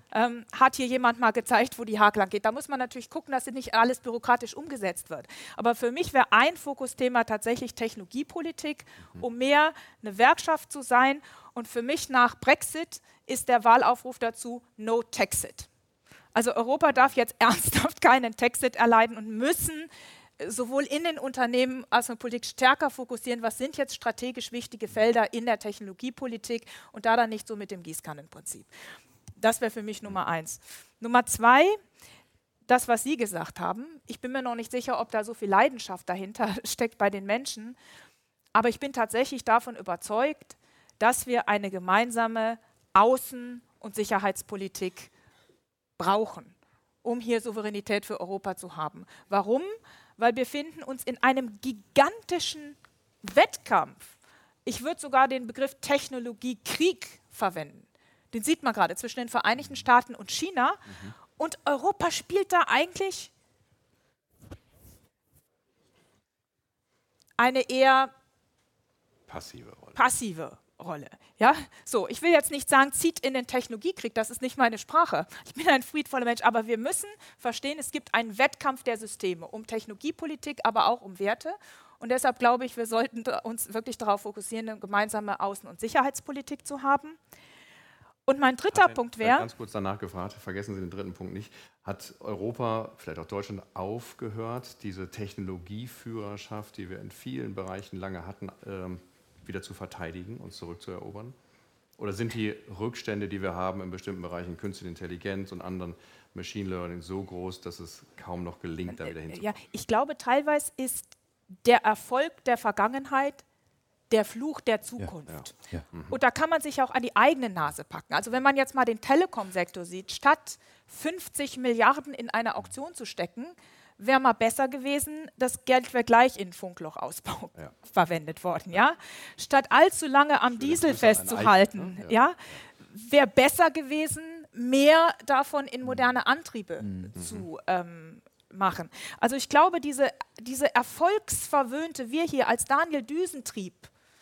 hat hier jemand mal gezeigt, wo die Haken lang geht. Da muss man natürlich gucken, dass nicht alles bürokratisch umgesetzt wird. Aber für mich wäre ein Fokusthema tatsächlich Technologiepolitik, um mehr eine Werkschaft zu sein. Und für mich nach Brexit ist der Wahlaufruf dazu No Texit. Also Europa darf jetzt ernsthaft keinen Texit erleiden und müssen sowohl in den Unternehmen als auch in der Politik stärker fokussieren, was sind jetzt strategisch wichtige Felder in der Technologiepolitik und da dann nicht so mit dem Gießkannenprinzip. Das wäre für mich Nummer 1. Nummer 2, das, was Sie gesagt haben. Ich bin mir noch nicht sicher, ob da so viel Leidenschaft dahinter steckt bei den Menschen, aber ich bin tatsächlich davon überzeugt, dass wir eine gemeinsame Außen- und Sicherheitspolitik brauchen, um hier Souveränität für Europa zu haben. Warum? Weil wir finden uns in einem gigantischen Wettkampf. Ich würde sogar den Begriff Technologiekrieg verwenden. Den sieht man gerade zwischen den Vereinigten Staaten und China. Und Europa spielt da eigentlich eine eher passive Rolle. Ja? So, ich will jetzt nicht sagen, zieht in den Technologiekrieg, das ist nicht meine Sprache. Ich bin ein friedvoller Mensch, aber wir müssen verstehen, es gibt einen Wettkampf der Systeme um Technologiepolitik, aber auch um Werte. Und deshalb glaube ich, wir sollten uns wirklich darauf fokussieren, eine gemeinsame Außen- und Sicherheitspolitik zu haben. Und mein dritter Punkt wäre... Ganz kurz danach gefragt, vergessen Sie den dritten Punkt nicht. Hat Europa, vielleicht auch Deutschland, aufgehört, diese Technologieführerschaft, die wir in vielen Bereichen lange hatten, wieder zu verteidigen und zurückzuerobern? Oder sind die Rückstände, die wir haben in bestimmten Bereichen, Künstliche Intelligenz und anderen Machine Learning, so groß, dass es kaum noch gelingt, da wieder hinzukommen? Ja, ich glaube, teilweise ist der Erfolg der Vergangenheit der Fluch der Zukunft. Ja. Und da kann man sich auch an die eigene Nase packen. Also wenn man jetzt mal den Telekom-Sektor sieht, statt 50 Milliarden in eine Auktion zu stecken, wäre mal besser gewesen, das Geld wäre gleich in Funklauchausbau verwendet worden. Ja? Statt allzu lange am Diesel festzuhalten, wäre besser gewesen, mehr davon in moderne Antriebe zu machen. Also ich glaube, diese erfolgsverwöhnte, wir hier als Daniel Düsentrieb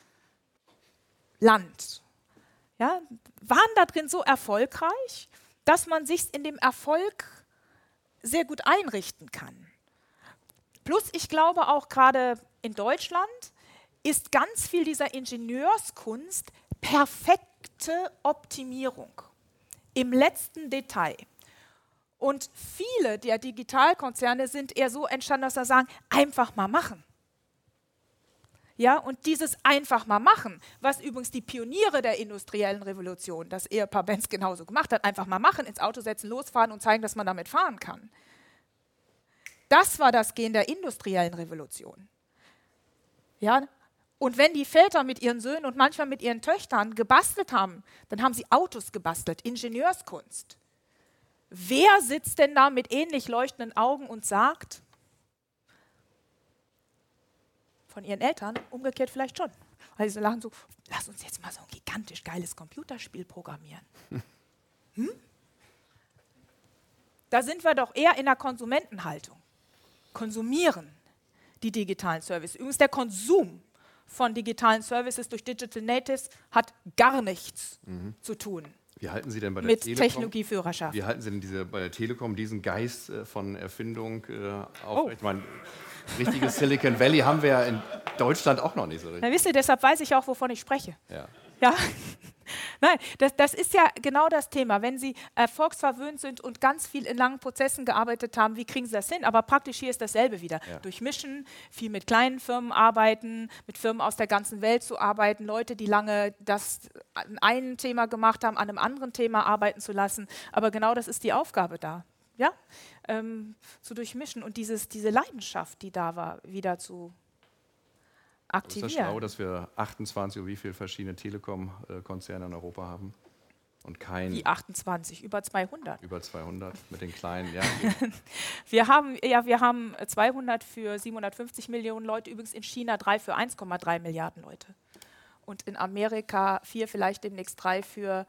Land, waren da drin so erfolgreich, dass man sich in dem Erfolg sehr gut einrichten kann. Plus, ich glaube auch gerade in Deutschland ist ganz viel dieser Ingenieurskunst perfekte Optimierung im letzten Detail. Und viele der Digitalkonzerne sind eher so entstanden, dass sie sagen, einfach mal machen. Ja, und dieses einfach mal machen, was übrigens die Pioniere der industriellen Revolution, das Ehepaar Benz genauso gemacht hat, einfach mal machen, ins Auto setzen, losfahren und zeigen, dass man damit fahren kann. Das war das Gen der industriellen Revolution. Ja, und wenn die Väter mit ihren Söhnen und manchmal mit ihren Töchtern gebastelt haben, dann haben sie Autos gebastelt, Ingenieurskunst. Wer sitzt denn da mit ähnlich leuchtenden Augen und sagt, von ihren Eltern, umgekehrt vielleicht schon. Weil sie so lachen so, lass uns jetzt mal so ein gigantisch geiles Computerspiel programmieren. Da sind wir doch eher in der Konsumentenhaltung. Konsumieren die digitalen Services. Übrigens der Konsum von digitalen Services durch Digital Natives hat gar nichts zu tun. Wie halten Sie denn bei der mit Telekom, Technologieführerschaft. Wie halten Sie denn bei der Telekom diesen Geist von Erfindung aufrecht? Ich meine, richtiges Silicon Valley haben wir ja in Deutschland auch noch nicht so richtig. Na, wisst ihr, deshalb weiß ich auch, wovon ich spreche. Ja. Nein, das ist ja genau das Thema. Wenn Sie erfolgsverwöhnt sind und ganz viel in langen Prozessen gearbeitet haben, wie kriegen Sie das hin? Aber praktisch hier ist dasselbe wieder. Ja. Durchmischen, viel mit kleinen Firmen arbeiten, mit Firmen aus der ganzen Welt zu arbeiten, Leute, die lange das an einem Thema gemacht haben, an einem anderen Thema arbeiten zu lassen. Aber genau das ist die Aufgabe da. Ja? Zu durchmischen und diese Leidenschaft, die da war, wieder zu aktivieren. Ist das schlau, dass wir 28 oder wie viele verschiedene Telekom-Konzerne in Europa haben? Und kein... Die 28, über 200. Über 200 mit den kleinen, ja. Wir haben 200 für 750 Millionen Leute, übrigens in China 3 für 1,3 Milliarden Leute. Und in Amerika 4, vielleicht demnächst 3 für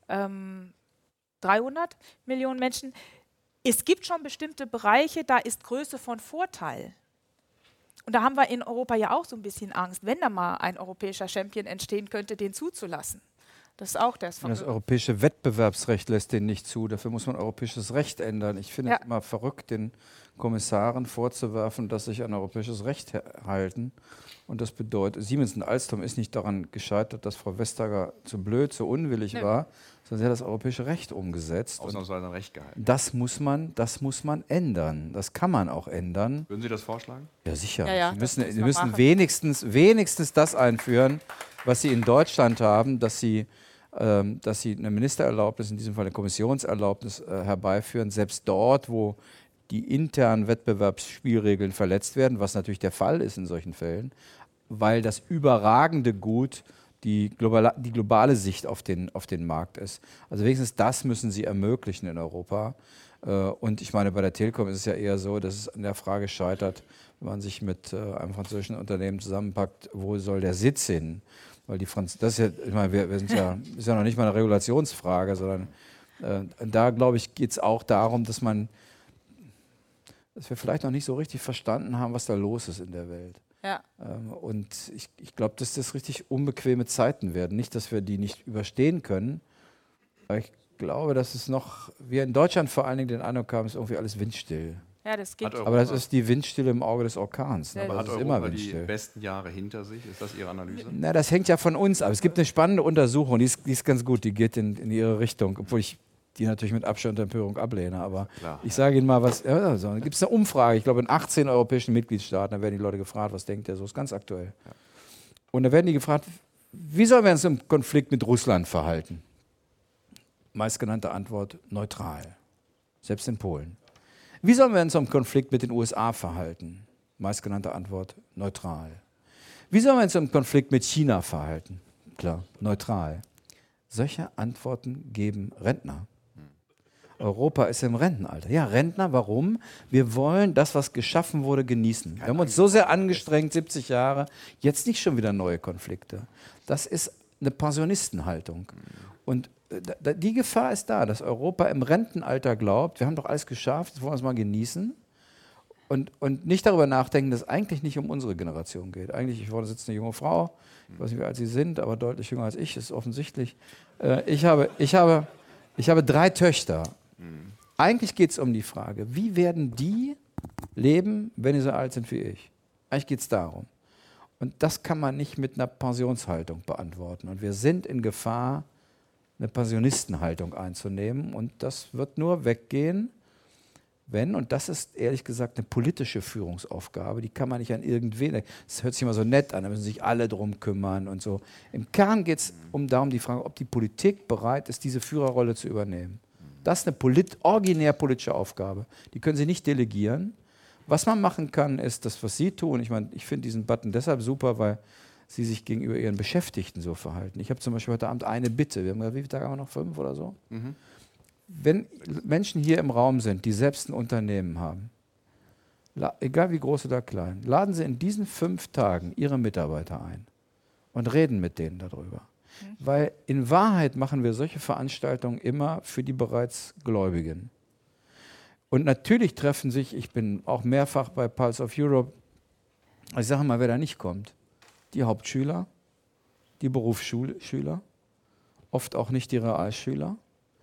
300 Millionen Menschen. Es gibt schon bestimmte Bereiche, da ist Größe von Vorteil. Und da haben wir in Europa ja auch so ein bisschen Angst, wenn da mal ein europäischer Champion entstehen könnte, den zuzulassen. Das ist auch das. Und das europäische Wettbewerbsrecht lässt den nicht zu. Dafür muss man europäisches Recht ändern. Ich finde es immer verrückt, den Kommissaren vorzuwerfen, dass sie sich an europäisches Recht halten. Und das bedeutet, Siemens und Alstom ist nicht daran gescheitert, dass Frau Vestager zu blöd, zu unwillig war, sondern sie hat das europäische Recht umgesetzt. Ausnahmsweise ein Recht gehalten. Das muss man ändern. Das kann man auch ändern. Würden Sie das vorschlagen? Ja, sicher. Ja, Sie müssen wenigstens das einführen, was Sie in Deutschland haben, dass Sie eine Ministererlaubnis, in diesem Fall eine Kommissionserlaubnis herbeiführen, selbst dort, wo die internen Wettbewerbsspielregeln verletzt werden, was natürlich der Fall ist in solchen Fällen, weil das überragende Gut die globale Sicht auf den Markt ist. Also wenigstens das müssen sie ermöglichen in Europa. Und ich meine, bei der Telekom ist es ja eher so, dass es an der Frage scheitert, wenn man sich mit einem französischen Unternehmen zusammenpackt, wo soll der Sitz hin? Weil das ist ja, ich meine, ist ja noch nicht mal eine Regulationsfrage, sondern da, glaube ich, geht es auch darum, dass wir vielleicht noch nicht so richtig verstanden haben, was da los ist in der Welt. Ja. Und ich glaube, dass das richtig unbequeme Zeiten werden. Nicht, dass wir die nicht überstehen können, aber ich glaube, dass wir in Deutschland vor allen Dingen den Eindruck haben, es ist irgendwie alles windstill. Ja, das geht. Aber das ist die Windstille im Auge des Orkans. Aber hat das ist Europa immer die windstill. besten Jahre hinter sich? Ist das Ihre Analyse? Na, das hängt ja von uns ab. Es gibt eine spannende Untersuchung, die ist ganz gut, die geht in ihre Richtung, obwohl ich die natürlich mit Abstand und Empörung ablehne. Aber ich sage Ihnen mal was. Ja, so, dann gibt es eine Umfrage, ich glaube in 18 europäischen Mitgliedstaaten, da werden die Leute gefragt, was denkt ihr so, ist ganz aktuell. Ja. Und da werden die gefragt, wie sollen wir uns im Konflikt mit Russland verhalten? Meistgenannte Antwort, neutral. Selbst in Polen. Wie sollen wir uns im Konflikt mit den USA verhalten? Meistgenannte Antwort, neutral. Wie sollen wir uns im Konflikt mit China verhalten? Klar, neutral. Solche Antworten geben Rentner. Europa ist im Rentenalter. Ja, Rentner, warum? Wir wollen das, was geschaffen wurde, genießen. Wir haben uns so sehr angestrengt, 70 Jahre, jetzt nicht schon wieder neue Konflikte. Das ist eine Pensionistenhaltung. Und die Gefahr ist da, dass Europa im Rentenalter glaubt, wir haben doch alles geschafft, jetzt wollen wir es mal genießen. Und nicht darüber nachdenken, dass es eigentlich nicht um unsere Generation geht. Eigentlich, vorne sitzt eine junge Frau, ich weiß nicht, wie alt sie sind, aber deutlich jünger als ich, ist offensichtlich. Ich habe 3 Töchter. Eigentlich geht es um die Frage, wie werden die leben, wenn sie so alt sind wie ich? Eigentlich geht es darum. Und das kann man nicht mit einer Pensionshaltung beantworten. Und wir sind in Gefahr, eine Pensionistenhaltung einzunehmen. Und das wird nur weggehen, wenn, und das ist ehrlich gesagt eine politische Führungsaufgabe, die kann man nicht an irgendwen, das hört sich immer so nett an, da müssen sich alle drum kümmern und so. Im Kern geht es darum, die Frage, ob die Politik bereit ist, diese Führerrolle zu übernehmen. Das ist eine originär politische Aufgabe. Die können Sie nicht delegieren. Was man machen kann, ist das, was Sie tun. Ich meine, ich finde diesen Button deshalb super, weil Sie sich gegenüber Ihren Beschäftigten so verhalten. Ich habe zum Beispiel heute Abend eine Bitte. Wir haben gesagt, wie viele Tage haben wir noch? 5 oder so? Mhm. Wenn Menschen hier im Raum sind, die selbst ein Unternehmen haben, egal wie groß oder klein, laden Sie in diesen 5 Tagen Ihre Mitarbeiter ein und reden mit denen darüber. Weil in Wahrheit machen wir solche Veranstaltungen immer für die bereits Gläubigen. Und natürlich treffen sich, ich bin auch mehrfach bei Pulse of Europe, ich sage mal, wer da nicht kommt, die Hauptschüler, die Berufsschüler, oft auch nicht die Realschüler.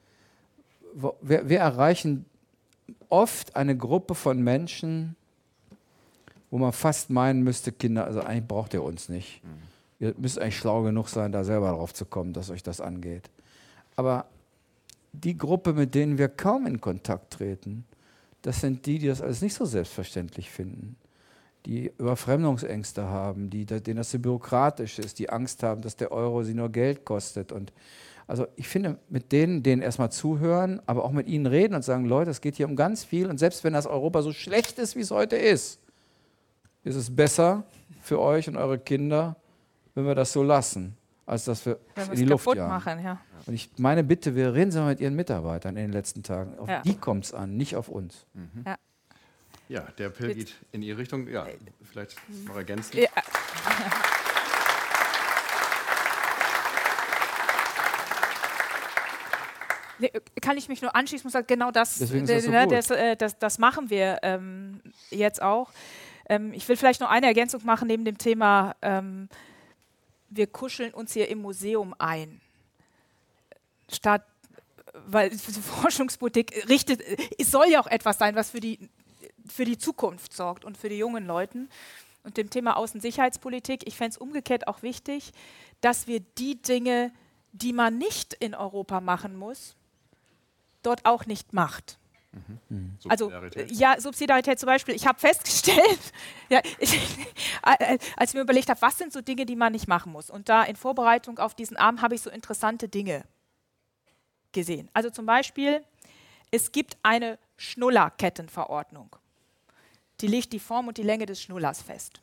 Wir erreichen oft eine Gruppe von Menschen, wo man fast meinen müsste, Kinder, also eigentlich braucht ihr uns nicht. Ihr müsst eigentlich schlau genug sein, da selber drauf zu kommen, dass euch das angeht. Aber die Gruppe, mit denen wir kaum in Kontakt treten, das sind die das alles nicht so selbstverständlich finden. Die Überfremdungsängste haben, denen das so bürokratisch ist, die Angst haben, dass der Euro sie nur Geld kostet. Und also ich finde, mit denen erstmal zuhören, aber auch mit ihnen reden und sagen, Leute, es geht hier um ganz viel. Und selbst wenn das Europa so schlecht ist, wie es heute ist es besser für euch und eure Kinder, wenn wir das so lassen, als dass wir in die Luft jagen. Machen, ja. Und meine Bitte wäre, reden Sie mal mit Ihren Mitarbeitern in den letzten Tagen. Auf die kommt es an, nicht auf uns. Mhm. Ja, der Appell geht in Ihre Richtung. Ja, vielleicht noch ergänzen. Ja. Kann ich mich nur anschließen und sagen, genau das, das machen wir jetzt auch. Ich will vielleicht noch eine Ergänzung machen neben dem Thema, wir kuscheln uns hier im Museum ein. statt, weil Forschungspolitik es soll ja auch etwas sein, was für die Zukunft sorgt und für die jungen Leute. Und dem Thema Außensicherheitspolitik, ich fände es umgekehrt auch wichtig, dass wir die Dinge, die man nicht in Europa machen muss, dort auch nicht macht. Subsidiarität. Also, ja, Subsidiarität zum Beispiel. Ich habe festgestellt, ja, als ich mir überlegt habe, was sind so Dinge, die man nicht machen muss. Und da in Vorbereitung auf diesen Abend habe ich so interessante Dinge gesehen. Also zum Beispiel, es gibt eine Schnullerkettenverordnung. Die legt die Form und die Länge des Schnullers fest.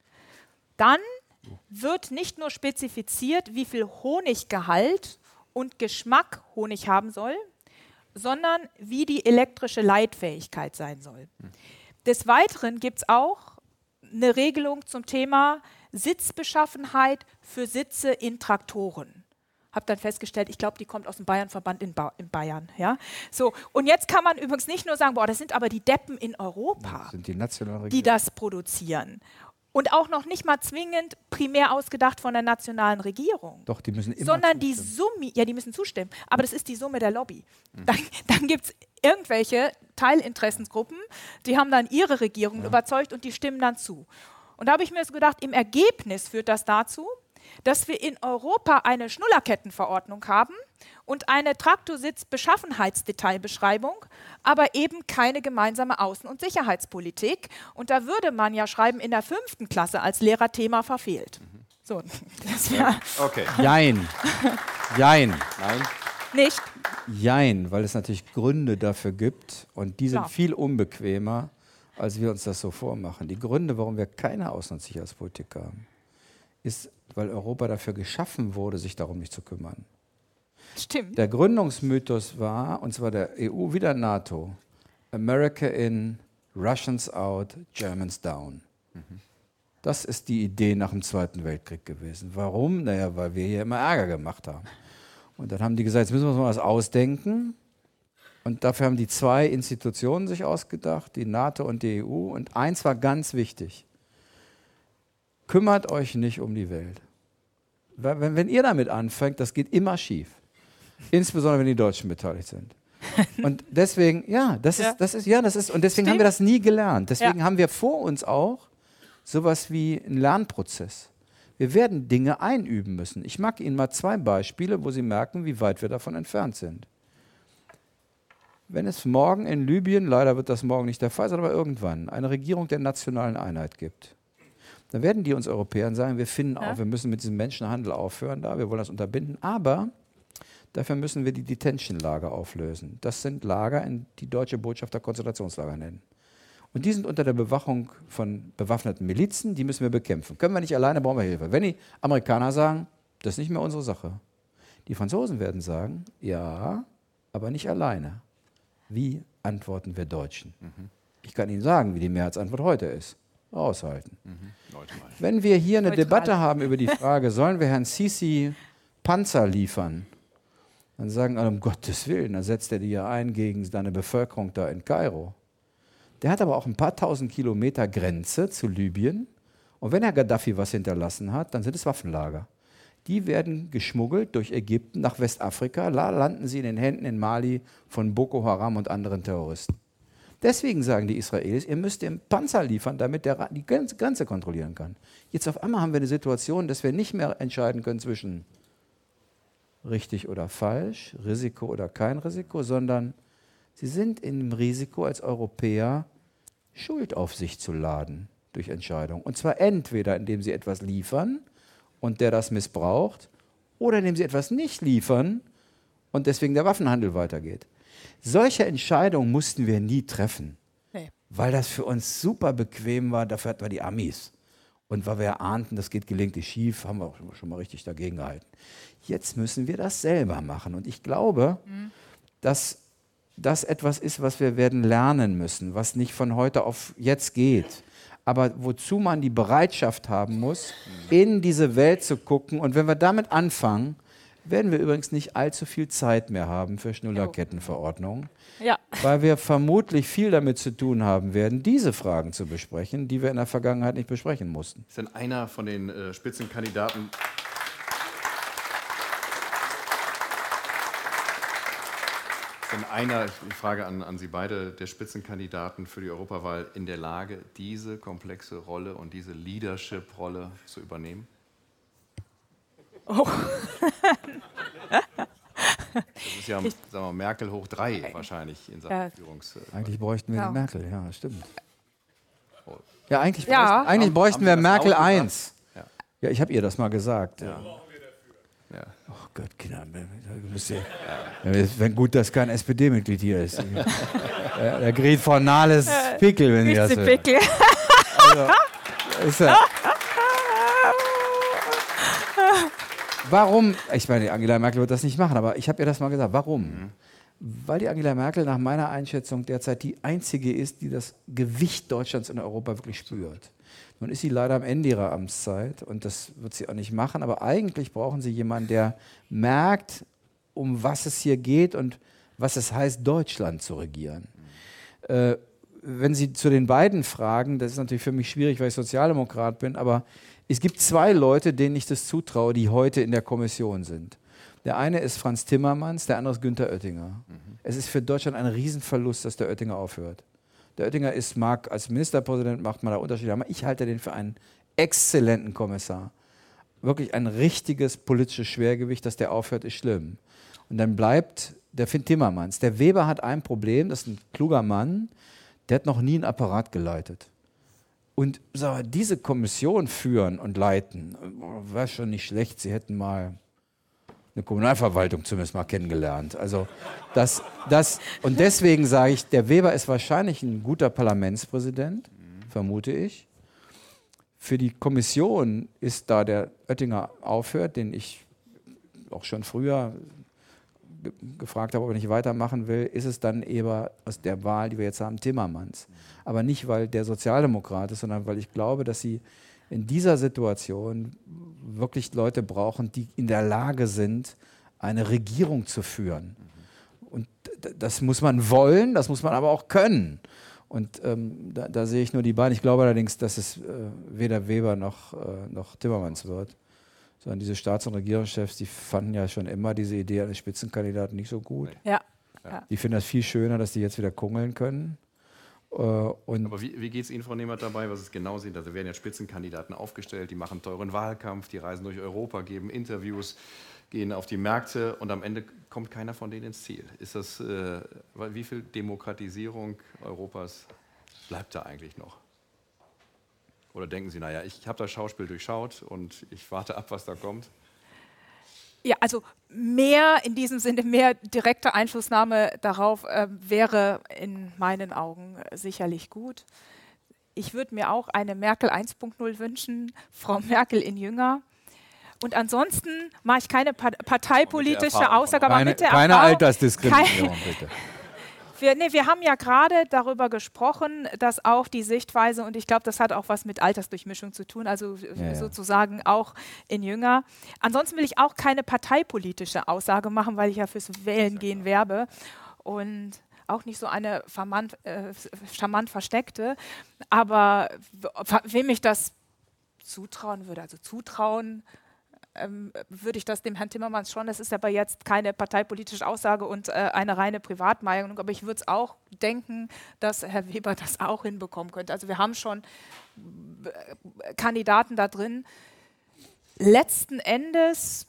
Dann wird nicht nur spezifiziert, wie viel Honiggehalt und Geschmack Honig haben soll, sondern wie die elektrische Leitfähigkeit sein soll. Des Weiteren gibt es auch eine Regelung zum Thema Sitzbeschaffenheit für Sitze in Traktoren. Habe dann festgestellt, ich glaube, die kommt aus dem Bayernverband in Bayern. Ja? So, und jetzt kann man übrigens nicht nur sagen, boah, das sind aber die Deppen in Europa, Das sind die nationalen die das produzieren. Und auch noch nicht mal zwingend primär ausgedacht von der nationalen Regierung. Doch, die müssen immer sondern zustimmen. die Summe, ja, die müssen zustimmen, aber das ist die Summe der Lobby. Dann gibt es irgendwelche Teilinteressensgruppen, die haben dann ihre Regierung überzeugt und die stimmen dann zu. Und da habe ich mir so gedacht, im Ergebnis führt das dazu, dass wir in Europa eine Schnullerkettenverordnung haben und eine Traktorsitzbeschaffenheitsdetailbeschreibung, aber eben keine gemeinsame Außen- und Sicherheitspolitik. Und da würde man ja schreiben, in der 5. Klasse als Lehrerthema verfehlt. So, das wäre Okay. Jein. Jein. Nein. nicht. Jein, weil es natürlich Gründe dafür gibt und die sind Klar. viel unbequemer, als wir uns das so vormachen. Die Gründe, warum wir keine Außen- und Sicherheitspolitik haben, ist, weil Europa dafür geschaffen wurde, sich darum nicht zu kümmern. Stimmt. Der Gründungsmythos war, und zwar der EU wie der NATO, America in, Russians out, Germans down. Das ist die Idee nach dem Zweiten Weltkrieg gewesen. Warum? Naja, weil wir hier immer Ärger gemacht haben. Und dann haben die gesagt, jetzt müssen wir uns mal was ausdenken. Und dafür haben die 2 Institutionen sich ausgedacht, die NATO und die EU. Und eins war ganz wichtig. Kümmert euch nicht um die Welt. Wenn ihr damit anfängt, das geht immer schief. Insbesondere, wenn die Deutschen beteiligt sind. Und deswegen, und deswegen haben wir das nie gelernt. Deswegen haben wir vor uns auch sowas wie einen Lernprozess. Wir werden Dinge einüben müssen. Ich mag Ihnen mal 2 Beispiele, wo Sie merken, wie weit wir davon entfernt sind. Wenn es morgen in Libyen, leider wird das morgen nicht der Fall sein, aber irgendwann eine Regierung der nationalen Einheit gibt, dann werden die uns Europäern sagen, wir finden auch, wir müssen mit diesem Menschenhandel aufhören da, wir wollen das unterbinden, aber dafür müssen wir die Detention-Lager auflösen. Das sind Lager, die deutsche Botschafter Konzentrationslager nennen. Und die sind unter der Bewachung von bewaffneten Milizen, die müssen wir bekämpfen. Können wir nicht alleine, brauchen wir Hilfe. Wenn die Amerikaner sagen, das ist nicht mehr unsere Sache. Die Franzosen werden sagen, ja, aber nicht alleine. Wie antworten wir Deutschen? Ich kann Ihnen sagen, wie die Mehrheitsantwort heute ist. Aushalten. Wenn wir hier eine Debatte haben über die Frage, sollen wir Herrn Sisi Panzer liefern, dann sagen alle, um Gottes Willen, dann setzt er die ja ein gegen seine Bevölkerung da in Kairo. Der hat aber auch ein paar 1000 Kilometer Grenze zu Libyen. Und wenn Herr Gaddafi was hinterlassen hat, dann sind es Waffenlager. Die werden geschmuggelt durch Ägypten nach Westafrika, landen sie in den Händen in Mali von Boko Haram und anderen Terroristen. Deswegen sagen die Israelis, ihr müsst ihm Panzer liefern, damit der die Grenze kontrollieren kann. Jetzt auf einmal haben wir eine Situation, dass wir nicht mehr entscheiden können zwischen richtig oder falsch, Risiko oder kein Risiko, sondern sie sind im Risiko als Europäer, Schuld auf sich zu laden durch Entscheidungen. Und zwar entweder, indem sie etwas liefern und der das missbraucht, oder indem sie etwas nicht liefern und deswegen der Waffenhandel weitergeht. Solche Entscheidungen mussten wir nie treffen, weil das für uns super bequem war, dafür hatten wir die Amis. Und weil wir ahnten, das geht gelegentlich schief, haben wir auch schon mal richtig dagegen gehalten. Jetzt müssen wir das selber machen. Und ich glaube, dass das etwas ist, was wir werden lernen müssen, was nicht von heute auf jetzt geht. Aber wozu man die Bereitschaft haben muss, in diese Welt zu gucken. Und wenn wir damit anfangen, werden wir übrigens nicht allzu viel Zeit mehr haben für Schnullerkettenverordnungen, weil wir vermutlich viel damit zu tun haben werden, diese Fragen zu besprechen, die wir in der Vergangenheit nicht besprechen mussten. Ist denn einer von den Spitzenkandidaten... denn einer, ich frage an Sie beide, der Spitzenkandidaten für die Europawahl in der Lage, diese komplexe Rolle und diese Leadership-Rolle zu übernehmen? Oh. Das ist ja, sagen wir mal, Merkel hoch 3 wahrscheinlich in Sachen Führungs... Eigentlich bräuchten wir die Merkel, ja, stimmt. Oh. Ja, eigentlich bräuchten wir Merkel 1. Ja, ich habe ihr das mal gesagt. Ja. Ja. Oh Gott, Kinder, wenn gut, dass kein SPD-Mitglied hier ist. Der Gret von Nahles Pickel, wenn Sie das hören. Pickel. Also, warum? Ich meine, Angela Merkel wird das nicht machen, aber ich habe ihr das mal gesagt. Warum? Weil die Angela Merkel nach meiner Einschätzung derzeit die einzige ist, die das Gewicht Deutschlands in Europa wirklich spürt. Nun ist sie leider am Ende ihrer Amtszeit und das wird sie auch nicht machen, aber eigentlich brauchen sie jemanden, der merkt, um was es hier geht und was es heißt, Deutschland zu regieren. Wenn Sie zu den beiden fragen, das ist natürlich für mich schwierig, weil ich Sozialdemokrat bin, aber es gibt zwei Leute, denen ich das zutraue, die heute in der Kommission sind. Der eine ist Franz Timmermans, der andere ist Günther Oettinger. Es ist für Deutschland ein Riesenverlust, dass der Oettinger aufhört. Der Oettinger mag als Ministerpräsident, macht man da Unterschiede, aber ich halte den für einen exzellenten Kommissar. Wirklich ein richtiges politisches Schwergewicht, dass der aufhört, ist schlimm. Und dann bleibt der Finn Timmermans. Der Weber hat ein Problem, das ist ein kluger Mann, der hat noch nie einen Apparat geleitet. Und diese Kommission führen und leiten, wäre schon nicht schlecht, sie hätten mal eine Kommunalverwaltung zumindest mal kennengelernt. Also und deswegen sage ich, der Weber ist wahrscheinlich ein guter Parlamentspräsident, vermute ich. Für die Kommission ist da der Oettinger aufhört, den ich auch schon früher gefragt habe, ob er nicht weitermachen will, ist es dann eher aus der Wahl, die wir jetzt haben, Timmermans. Aber nicht, weil der Sozialdemokrat ist, sondern weil ich glaube, dass sie in dieser Situation wirklich Leute brauchen, die in der Lage sind, eine Regierung zu führen. Und das muss man wollen, das muss man aber auch können. Und da sehe ich nur die beiden. Ich glaube allerdings, dass es weder Weber noch Timmermans wird. Sondern diese Staats- und Regierungschefs, die fanden ja schon immer diese Idee eines Spitzenkandidaten nicht so gut. Ja. Die finden das viel schöner, dass die jetzt wieder kungeln können. Aber wie geht es Ihnen, Frau Nehmert, dabei, was es genau sind? Also werden ja Spitzenkandidaten aufgestellt, die machen teuren Wahlkampf, die reisen durch Europa, geben Interviews, gehen auf die Märkte und am Ende kommt keiner von denen ins Ziel. Ist das, wie viel Demokratisierung Europas bleibt da eigentlich noch? Oder denken Sie, naja, ich habe das Schauspiel durchschaut und ich warte ab, was da kommt? Ja, also in diesem Sinne, mehr direkte Einflussnahme darauf wäre in meinen Augen sicherlich gut. Ich würde mir auch eine Merkel 1.0 wünschen, Frau Merkel in jünger. Und ansonsten mache ich keine parteipolitische Aussage, aber mit der Erfahrung. Keine Altersdiskriminierung, bitte. Wir haben ja gerade darüber gesprochen, dass auch die Sichtweise, und ich glaube, das hat auch was mit Altersdurchmischung zu tun, also sozusagen auch in Jünger. Ansonsten will ich auch keine parteipolitische Aussage machen, weil ich ja fürs Wählen gehen werbe und auch nicht so eine charmant versteckte. Aber wem ich das zutrauen würde, also zutrauen, würde ich das dem Herrn Timmermans schon, das ist aber jetzt keine parteipolitische Aussage und eine reine Privatmeinung, aber ich würde es auch denken, dass Herr Weber das auch hinbekommen könnte. Also wir haben schon Kandidaten da drin. Letzten Endes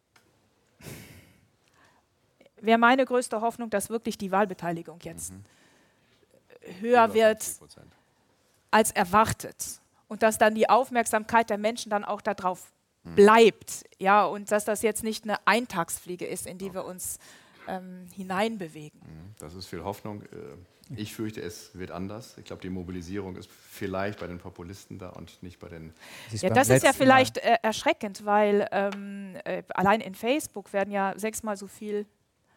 wäre meine größte Hoffnung, dass wirklich die Wahlbeteiligung jetzt höher wird als erwartet und dass dann die Aufmerksamkeit der Menschen dann auch darauf bleibt, ja, und dass das jetzt nicht eine Eintagsfliege ist, in die wir uns hineinbewegen. Das ist viel Hoffnung. Ich fürchte, es wird anders. Ich glaube, die Mobilisierung ist vielleicht bei den Populisten da und nicht bei den... Ja, das ist ja vielleicht erschreckend, weil allein in Facebook werden ja 6-mal so viel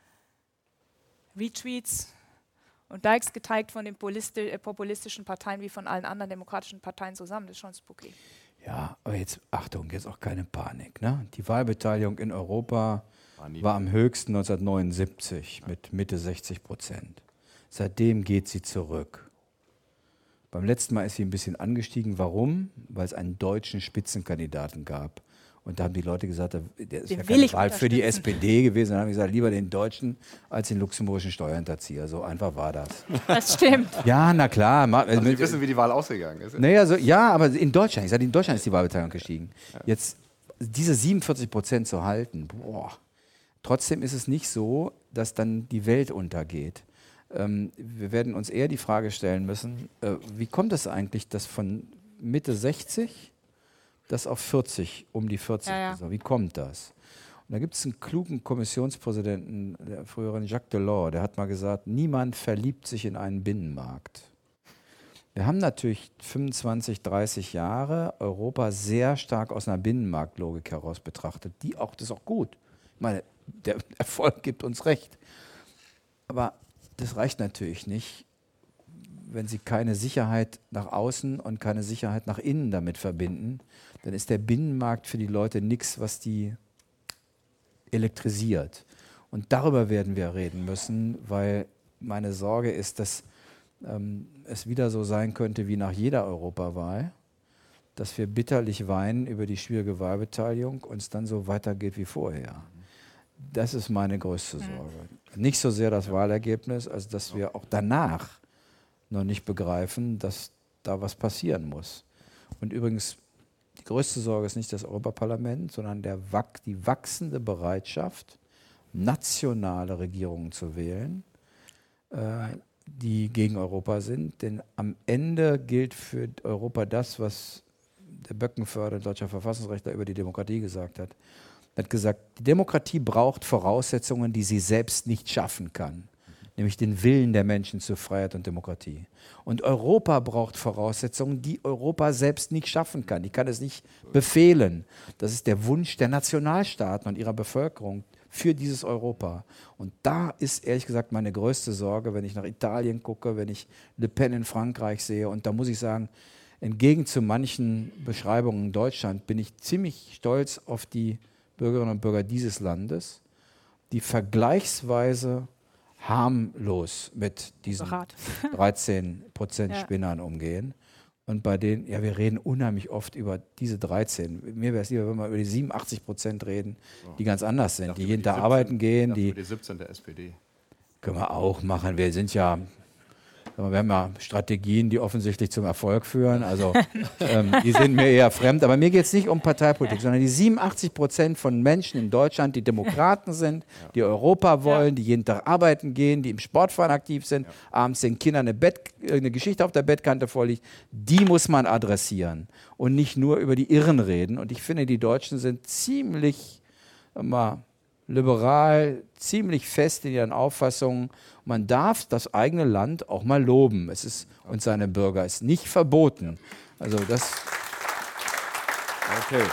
Retweets und Likes geteilt von den populistischen Parteien wie von allen anderen demokratischen Parteien zusammen. Das ist schon spooky. Ja, aber jetzt, Achtung, jetzt auch keine Panik. Ne? Die Wahlbeteiligung in Europa war am höchsten 1979 mit Mitte 60%. Seitdem geht sie zurück. Beim letzten Mal ist sie ein bisschen angestiegen. Warum? Weil es einen deutschen Spitzenkandidaten gab Und da haben die Leute gesagt, das ist ja will keine ich Wahl für die unterstützen. SPD gewesen. Dann haben die gesagt, lieber den Deutschen als den luxemburgischen Steuerhinterzieher. So einfach war das. Das stimmt. Ja, na klar. Also Sie wissen, wie die Wahl ausgegangen ist. Naja, ja, aber in Deutschland, ich sage, in Deutschland ist die Wahlbeteiligung gestiegen. Jetzt diese 47% zu halten, boah. Trotzdem ist es nicht so, dass dann die Welt untergeht. Wir werden uns eher die Frage stellen müssen, wie kommt es eigentlich, dass von Mitte 60 das auf 40, um die 40 ist? Wie kommt das? Und da gibt es einen klugen Kommissionspräsidenten, der früheren Jacques Delors, der hat mal gesagt, niemand verliebt sich in einen Binnenmarkt. Wir haben natürlich 25, 30 Jahre Europa sehr stark aus einer Binnenmarktlogik heraus betrachtet. Das ist auch gut. Ich meine, der Erfolg gibt uns recht. Aber das reicht natürlich nicht, wenn Sie keine Sicherheit nach außen und keine Sicherheit nach innen damit verbinden. Dann ist der Binnenmarkt für die Leute nichts, was die elektrisiert. Und darüber werden wir reden müssen, weil meine Sorge ist, dass es wieder so sein könnte wie nach jeder Europawahl, dass wir bitterlich weinen über die schwierige Wahlbeteiligung und es dann so weitergeht wie vorher. Das ist meine größte Sorge. Nicht so sehr das Wahlergebnis, als dass wir auch danach noch nicht begreifen, dass da was passieren muss. Und übrigens, die größte Sorge ist nicht das Europaparlament, sondern die wachsende Bereitschaft, nationale Regierungen zu wählen, die gegen Europa sind. Denn am Ende gilt für Europa das, was der Böckenförder, deutscher Verfassungsrechtler, über die Demokratie gesagt hat. Er hat gesagt, die Demokratie braucht Voraussetzungen, die sie selbst nicht schaffen kann. Nämlich den Willen der Menschen zu Freiheit und Demokratie. Und Europa braucht Voraussetzungen, die Europa selbst nicht schaffen kann. Die kann es nicht befehlen. Das ist der Wunsch der Nationalstaaten und ihrer Bevölkerung für dieses Europa. Und da ist ehrlich gesagt meine größte Sorge, wenn ich nach Italien gucke, wenn ich Le Pen in Frankreich sehe. Und da muss ich sagen, entgegen zu manchen Beschreibungen in Deutschland bin ich ziemlich stolz auf die Bürgerinnen und Bürger dieses Landes, die vergleichsweise harmlos mit diesen 13% Spinnern umgehen. Und bei denen, ja, wir reden unheimlich oft über diese 13. Mir wäre es lieber, wenn wir über die 87% reden, die ganz anders sind, die jeden Tag arbeiten gehen. Die 17 der SPD. Können wir auch machen. Wir sind ja, wir haben ja Strategien, die offensichtlich zum Erfolg führen. Also die sind mir eher fremd. Aber mir geht es nicht um Parteipolitik, sondern die 87% von Menschen in Deutschland, die Demokraten sind, die Europa wollen, die jeden Tag arbeiten gehen, die im Sportverein aktiv sind, abends den Kindern eine Geschichte auf der Bettkante vorliegt, die muss man adressieren und nicht nur über die Irren reden. Und ich finde, die Deutschen sind ziemlich liberal, ziemlich fest in ihren Auffassungen. Man darf das eigene Land auch mal loben. Es ist, und seine Bürger ist nicht verboten. Also das. Okay.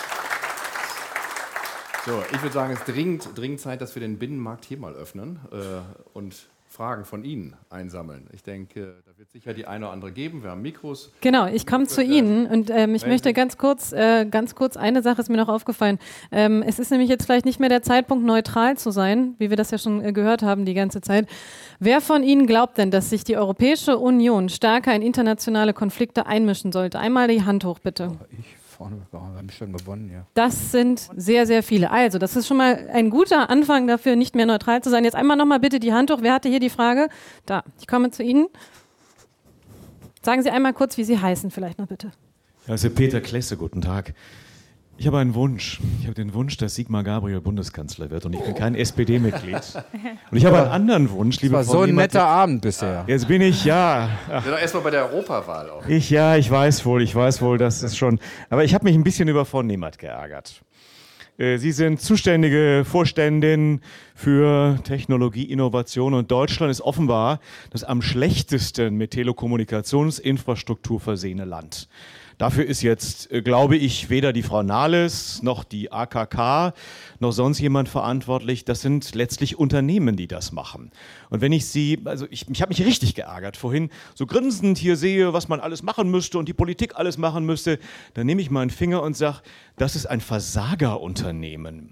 So, ich würde sagen, es ist dringend Zeit, dass wir den Binnenmarkt hier mal öffnen und Fragen von Ihnen einsammeln. Ich denke, da wird sicher die eine oder andere geben. Wir haben Mikros. Genau, ich komme zu Ihnen und ich möchte ganz kurz, eine Sache ist mir noch aufgefallen. Es ist nämlich jetzt vielleicht nicht mehr der Zeitpunkt, neutral zu sein, wie wir das ja schon gehört haben die ganze Zeit. Wer von Ihnen glaubt denn, dass sich die Europäische Union stärker in internationale Konflikte einmischen sollte? Einmal die Hand hoch, bitte. Wir haben schon gewonnen, ja. Das sind sehr, sehr viele. Also, das ist schon mal ein guter Anfang dafür, nicht mehr neutral zu sein. Jetzt einmal nochmal bitte die Hand hoch. Wer hatte hier die Frage? Da, ich komme zu Ihnen. Sagen Sie einmal kurz, wie Sie heißen, vielleicht noch bitte. Ja, also Peter Klesse, guten Tag. Ich habe einen Wunsch. Ich habe den Wunsch, dass Sigmar Gabriel Bundeskanzler wird und ich bin kein SPD-Mitglied. Und ich habe einen anderen Wunsch, liebe Frau Das war so ein netter Abend bisher. Jetzt bin ich, ja. Wir sind doch erstmal bei der Europawahl auch. Ich weiß wohl, das ist schon. Aber ich habe mich ein bisschen über Frau Nehmert geärgert. Sie sind zuständige Vorständin für Technologie, Innovation und Deutschland ist offenbar das am schlechtesten mit Telekommunikationsinfrastruktur versehene Land. Dafür ist jetzt, glaube ich, weder die Frau Nahles noch die AKK noch sonst jemand verantwortlich. Das sind letztlich Unternehmen, die das machen. Und wenn ich Sie, also ich habe mich richtig geärgert vorhin, so grinsend hier sehe, was man alles machen müsste und die Politik alles machen müsste, dann nehme ich meinen Finger und sage, das ist ein Versagerunternehmen.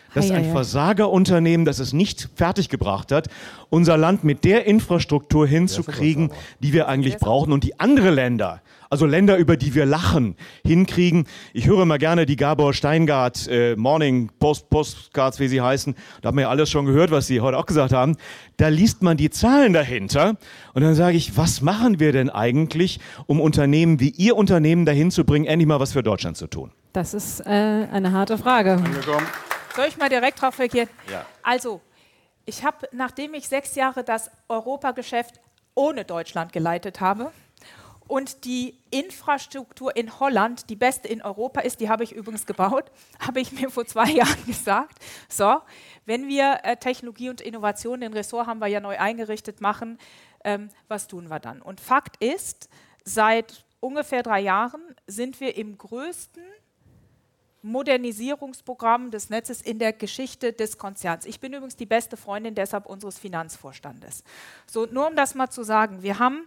dass ein Versagerunternehmen, das es nicht fertiggebracht hat, unser Land mit der Infrastruktur hinzukriegen, die wir eigentlich brauchen und die andere Länder, also Länder, über die wir lachen, hinkriegen. Ich höre immer gerne die Gabor Steingart Morning Postcards, wie sie heißen. Da haben wir ja alles schon gehört, was Sie heute auch gesagt haben. Da liest man die Zahlen dahinter und dann sage ich, was machen wir denn eigentlich, um Unternehmen wie Ihr Unternehmen dahin zu bringen, endlich mal was für Deutschland zu tun? Das ist eine harte Frage. Soll ich mal direkt drauf reagieren? Ja. Also, ich habe, nachdem ich 6 Jahre das Europageschäft ohne Deutschland geleitet habe und die Infrastruktur in Holland die beste in Europa ist, die habe ich übrigens gebaut, habe ich mir vor 2 Jahren gesagt, so, wenn wir Technologie und Innovation, den Ressort haben wir ja neu eingerichtet, machen, was tun wir dann? Und Fakt ist, seit ungefähr 3 Jahren sind wir im größten Modernisierungsprogramm des Netzes in der Geschichte des Konzerns. Ich bin übrigens die beste Freundin deshalb unseres Finanzvorstandes. So, nur um das mal zu sagen, wir haben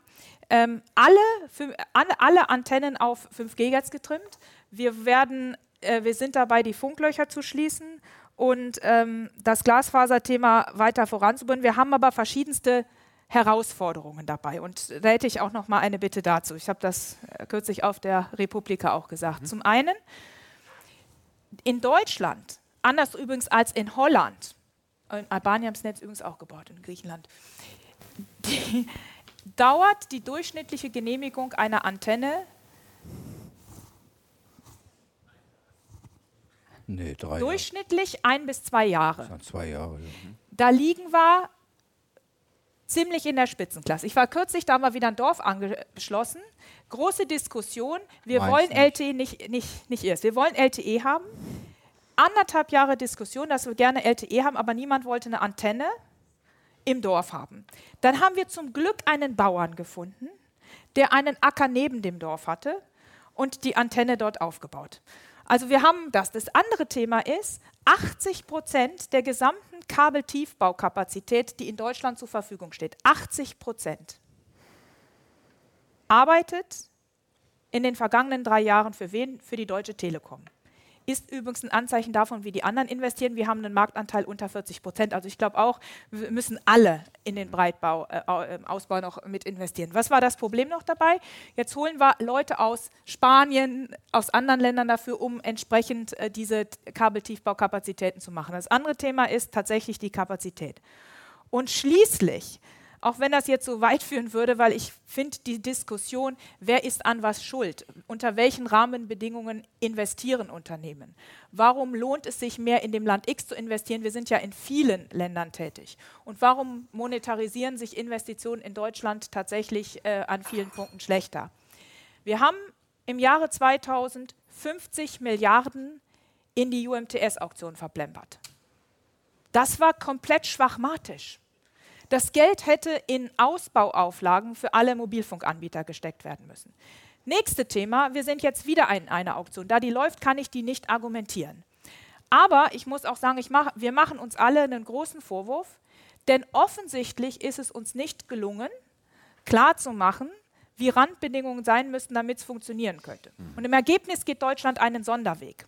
alle Antennen auf 5 GHz getrimmt. Wir sind dabei, die Funklöcher zu schließen und das Glasfaserthema weiter voranzubringen. Wir haben aber verschiedenste Herausforderungen dabei. Und da hätte ich auch noch mal eine Bitte dazu. Ich habe das kürzlich auf der Republika auch gesagt. Zum einen, in Deutschland, anders übrigens als in Holland, in Albanien haben das Netz übrigens auch gebaut, in Griechenland, dauert die durchschnittliche Genehmigung einer Antenne durchschnittlich 1 bis 2 Jahre. 2 Jahre, ja. Da liegen wir ziemlich in der Spitzenklasse. Ich war kürzlich, da haben wir wieder ein Dorf angeschlossen. Große Diskussion. Wir wollen LTE nicht erst. Wir wollen LTE haben. 1,5 Jahre Diskussion, dass wir gerne LTE haben, aber niemand wollte eine Antenne im Dorf haben. Dann haben wir zum Glück einen Bauern gefunden, der einen Acker neben dem Dorf hatte und die Antenne dort aufgebaut. Also wir haben das. Das andere Thema ist, 80% der gesamten Kabeltiefbaukapazität, die in Deutschland zur Verfügung steht, 80%, arbeitet in den vergangenen 3 Jahren für wen? Für die Deutsche Telekom. Ist übrigens ein Anzeichen davon, wie die anderen investieren. Wir haben einen Marktanteil unter 40%. Also ich glaube auch, wir müssen alle in den Breitbau-Ausbau noch mit investieren. Was war das Problem noch dabei? Jetzt holen wir Leute aus Spanien, aus anderen Ländern dafür, um entsprechend diese Kabeltiefbaukapazitäten zu machen. Das andere Thema ist tatsächlich die Kapazität. Und schließlich, auch wenn das jetzt so weit führen würde, weil ich finde die Diskussion, wer ist an was schuld, unter welchen Rahmenbedingungen investieren Unternehmen, warum lohnt es sich mehr in dem Land X zu investieren, wir sind ja in vielen Ländern tätig, und warum monetarisieren sich Investitionen in Deutschland tatsächlich an vielen Punkten schlechter. Wir haben im Jahre 2000 50 Milliarden in die UMTS-Auktion verplempert. Das war komplett schwachmatisch. Das Geld hätte in Ausbauauflagen für alle Mobilfunkanbieter gesteckt werden müssen. Nächste Thema, wir sind jetzt wieder in einer Auktion. Da die läuft, kann ich die nicht argumentieren. Aber ich muss auch sagen, wir machen uns alle einen großen Vorwurf, denn offensichtlich ist es uns nicht gelungen, klarzumachen, wie Randbedingungen sein müssten, damit es funktionieren könnte. Und im Ergebnis geht Deutschland einen Sonderweg,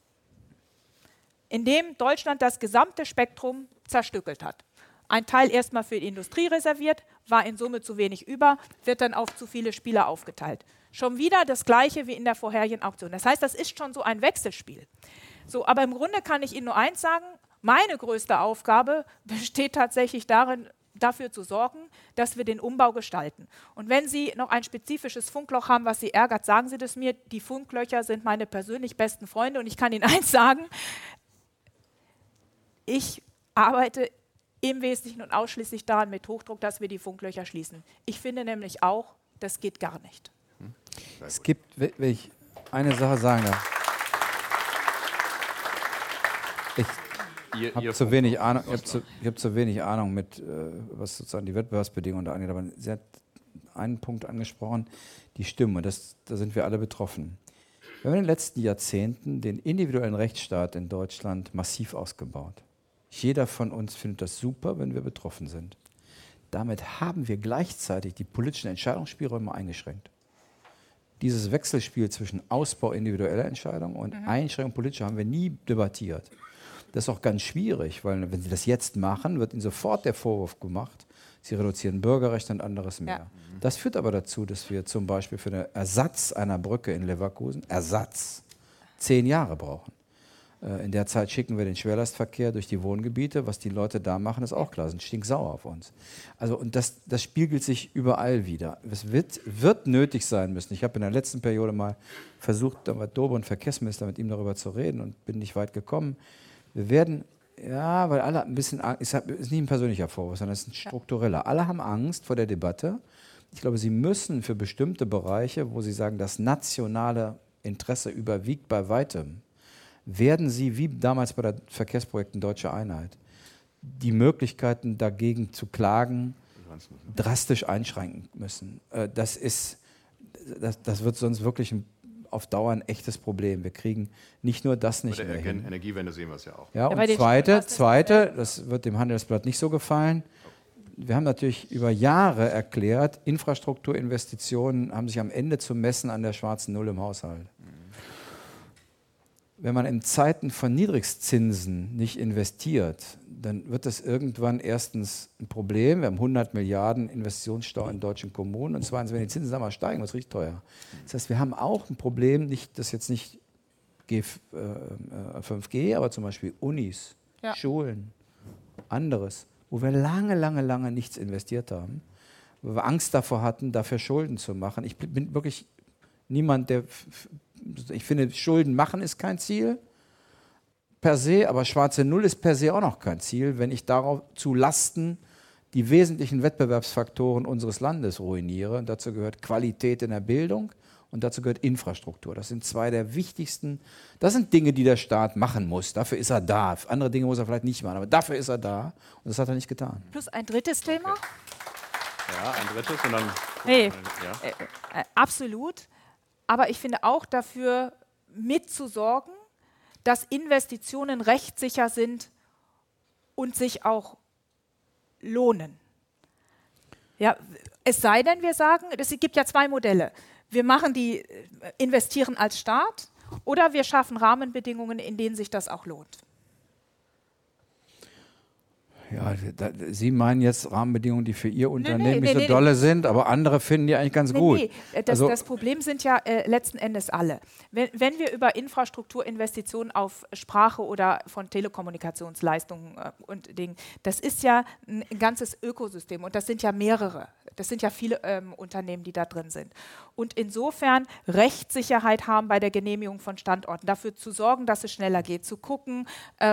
in dem Deutschland das gesamte Spektrum zerstückelt hat. Ein Teil erstmal für die Industrie reserviert, war in Summe zu wenig über, wird dann auf zu viele Spieler aufgeteilt. Schon wieder das Gleiche wie in der vorherigen Auktion. Das heißt, das ist schon so ein Wechselspiel. So, aber im Grunde kann ich Ihnen nur eins sagen, meine größte Aufgabe besteht tatsächlich darin, dafür zu sorgen, dass wir den Umbau gestalten. Und wenn Sie noch ein spezifisches Funkloch haben, was Sie ärgert, sagen Sie das mir. Die Funklöcher sind meine persönlich besten Freunde und ich kann Ihnen eins sagen, ich arbeite im Wesentlichen und ausschließlich daran mit Hochdruck, dass wir die Funklöcher schließen. Ich finde nämlich auch, das geht gar nicht. Es gibt, wenn ich eine Sache sagen darf. Ich habe zu wenig Ahnung, ich hab zu wenig Ahnung mit, was sozusagen die Wettbewerbsbedingungen da angeht. Aber sie hat einen Punkt angesprochen, die Stimme. Da sind wir alle betroffen. Wir haben in den letzten Jahrzehnten den individuellen Rechtsstaat in Deutschland massiv ausgebaut. Jeder von uns findet das super, wenn wir betroffen sind. Damit haben wir gleichzeitig die politischen Entscheidungsspielräume eingeschränkt. Dieses Wechselspiel zwischen Ausbau individueller Entscheidungen und Einschränkung politischer haben wir nie debattiert. Das ist auch ganz schwierig, weil wenn Sie das jetzt machen, wird Ihnen sofort der Vorwurf gemacht, Sie reduzieren Bürgerrechte und anderes mehr. Ja. Das führt aber dazu, dass wir zum Beispiel für den Ersatz einer Brücke in Leverkusen, 10 Jahre brauchen. In der Zeit schicken wir den Schwerlastverkehr durch die Wohngebiete. Was die Leute da machen, ist auch klar, sind stinksauer auf uns. Also, und das spiegelt sich überall wieder. Es wird nötig sein müssen. Ich habe in der letzten Periode mal versucht, da war Dobrindt Verkehrsminister, mit ihm darüber zu reden und bin nicht weit gekommen. Wir werden, ja, weil alle ein bisschen Angst, ist nicht ein persönlicher Vorwurf, sondern es ist ein struktureller. Alle haben Angst vor der Debatte. Ich glaube, sie müssen für bestimmte Bereiche, wo sie sagen, das nationale Interesse überwiegt bei weitem, werden sie, wie damals bei der Verkehrsprojekten Deutsche Einheit, die Möglichkeiten dagegen zu klagen drastisch einschränken müssen. Das wird sonst wirklich auf Dauer ein echtes Problem. Wir kriegen nicht nur das nicht mehr hin. Energiewende sehen wir es ja auch. Ja, und zweite, das wird dem Handelsblatt nicht so gefallen, wir haben natürlich über Jahre erklärt, Infrastrukturinvestitionen haben sich am Ende zu messen an der schwarzen Null im Haushalt. Wenn man in Zeiten von Niedrigzinsen nicht investiert, dann wird das irgendwann erstens ein Problem. Wir haben 100 Milliarden Investitionsstau in deutschen Kommunen. Und zweitens, wenn die Zinsen mal steigen, wird es richtig teuer. Das heißt, wir haben auch ein Problem, das jetzt nicht 5G, aber zum Beispiel Unis, Schulen, anderes, wo wir lange nichts investiert haben, wo wir Angst davor hatten, dafür Schulden zu machen. Ich bin wirklich niemand, ich finde, Schulden machen ist kein Ziel per se, aber schwarze Null ist per se auch noch kein Ziel, wenn ich darauf zu Lasten die wesentlichen Wettbewerbsfaktoren unseres Landes ruiniere. Und dazu gehört Qualität in der Bildung und dazu gehört Infrastruktur. Das sind zwei der wichtigsten, das sind Dinge, die der Staat machen muss. Dafür ist er da. Andere Dinge muss er vielleicht nicht machen, aber dafür ist er da und das hat er nicht getan. Plus ein drittes Thema. Ja, ein drittes und dann... Absolut. Aber ich finde auch dafür mitzusorgen, dass Investitionen rechtssicher sind und sich auch lohnen. Ja, es sei denn, wir sagen, es gibt ja zwei Modelle. Wir investieren als Staat oder wir schaffen Rahmenbedingungen, in denen sich das auch lohnt. Ja, Sie meinen jetzt Rahmenbedingungen, die für Ihr Unternehmen nicht so dolle sind, aber andere finden die eigentlich ganz gut. Das Problem sind ja letzten Endes alle. Wenn wir über Infrastrukturinvestitionen auf Sprache oder von Telekommunikationsleistungen und Dingen, das ist ja ein ganzes Ökosystem und das sind ja mehrere. Das sind ja viele Unternehmen, die da drin sind. Und insofern Rechtssicherheit haben bei der Genehmigung von Standorten, dafür zu sorgen, dass es schneller geht, zu gucken,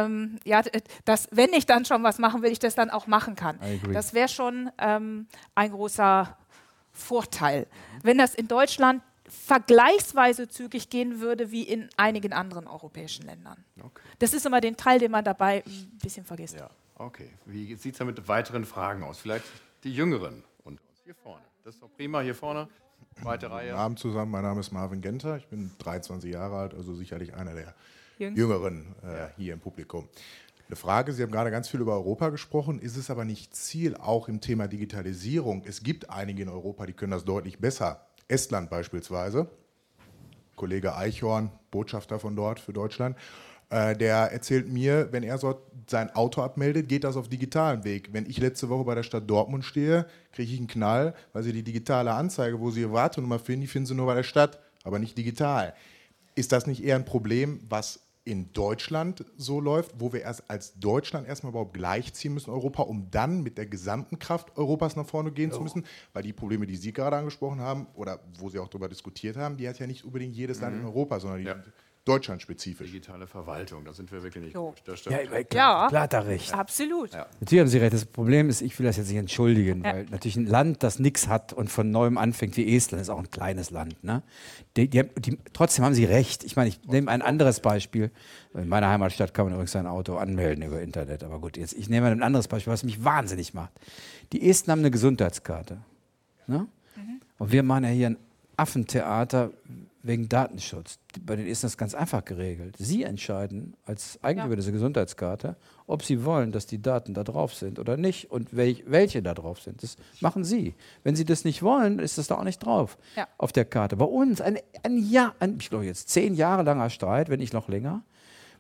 dass, wenn ich dann schon was machen will, ich das dann auch machen kann. Das wäre schon ein großer Vorteil. Wenn das in Deutschland vergleichsweise zügig gehen würde wie in einigen anderen europäischen Ländern. Okay. Das ist immer den Teil, den man dabei ein bisschen vergisst. Ja, okay. Wie sieht es da mit weiteren Fragen aus? Vielleicht die Jüngeren und hier vorne. Das ist doch prima, hier vorne. Zweite Reihe. Guten Abend zusammen, mein Name ist Marvin Genter. Ich bin 23 Jahre alt, also sicherlich einer der Jüngeren hier im Publikum. Eine Frage, Sie haben gerade ganz viel über Europa gesprochen, ist es aber nicht Ziel, auch im Thema Digitalisierung? Es gibt einige in Europa, die können das deutlich besser. Estland beispielsweise, Kollege Eichhorn, Botschafter von dort für Deutschland, der erzählt mir, wenn er so sein Auto abmeldet, geht das auf digitalen Weg. Wenn ich letzte Woche bei der Stadt Dortmund stehe, kriege ich einen Knall, weil sie die digitale Anzeige, wo sie ihre Wartenummer finden, die finden sie nur bei der Stadt, aber nicht digital. Ist das nicht eher ein Problem, was in Deutschland so läuft, wo wir erst als Deutschland erstmal überhaupt gleichziehen müssen, Europa, um dann mit der gesamten Kraft Europas nach vorne gehen zu müssen? Weil die Probleme, die Sie gerade angesprochen haben oder wo Sie auch darüber diskutiert haben, die hat ja nicht unbedingt jedes Land in Europa, sondern die sind deutschlandspezifisch. Digitale Verwaltung, da sind wir wirklich nicht gut. Das stimmt. Klar, hat er recht. Absolut. Ja. Natürlich haben Sie recht. Das Problem ist, ich will das jetzt nicht entschuldigen, weil natürlich ein Land, das nichts hat und von neuem anfängt, wie Estland, ist auch ein kleines Land. Ne? Trotzdem haben Sie recht. Ich meine, ich nehme ein anderes Beispiel. In meiner Heimatstadt kann man übrigens sein Auto anmelden über Internet. Aber gut, jetzt ich nehme ein anderes Beispiel, was mich wahnsinnig macht. Die Esten haben eine Gesundheitskarte. Ne? Und wir machen ja hier ein Affentheater wegen Datenschutz. Bei den Esten ist das ganz einfach geregelt. Sie entscheiden als Eigentümer dieser Gesundheitskarte, ob Sie wollen, dass die Daten da drauf sind oder nicht und welche da drauf sind. Das machen Sie. Wenn Sie das nicht wollen, ist das da auch nicht drauf auf der Karte. Bei uns ich glaube jetzt 10 Jahre langer Streit, wenn nicht noch länger,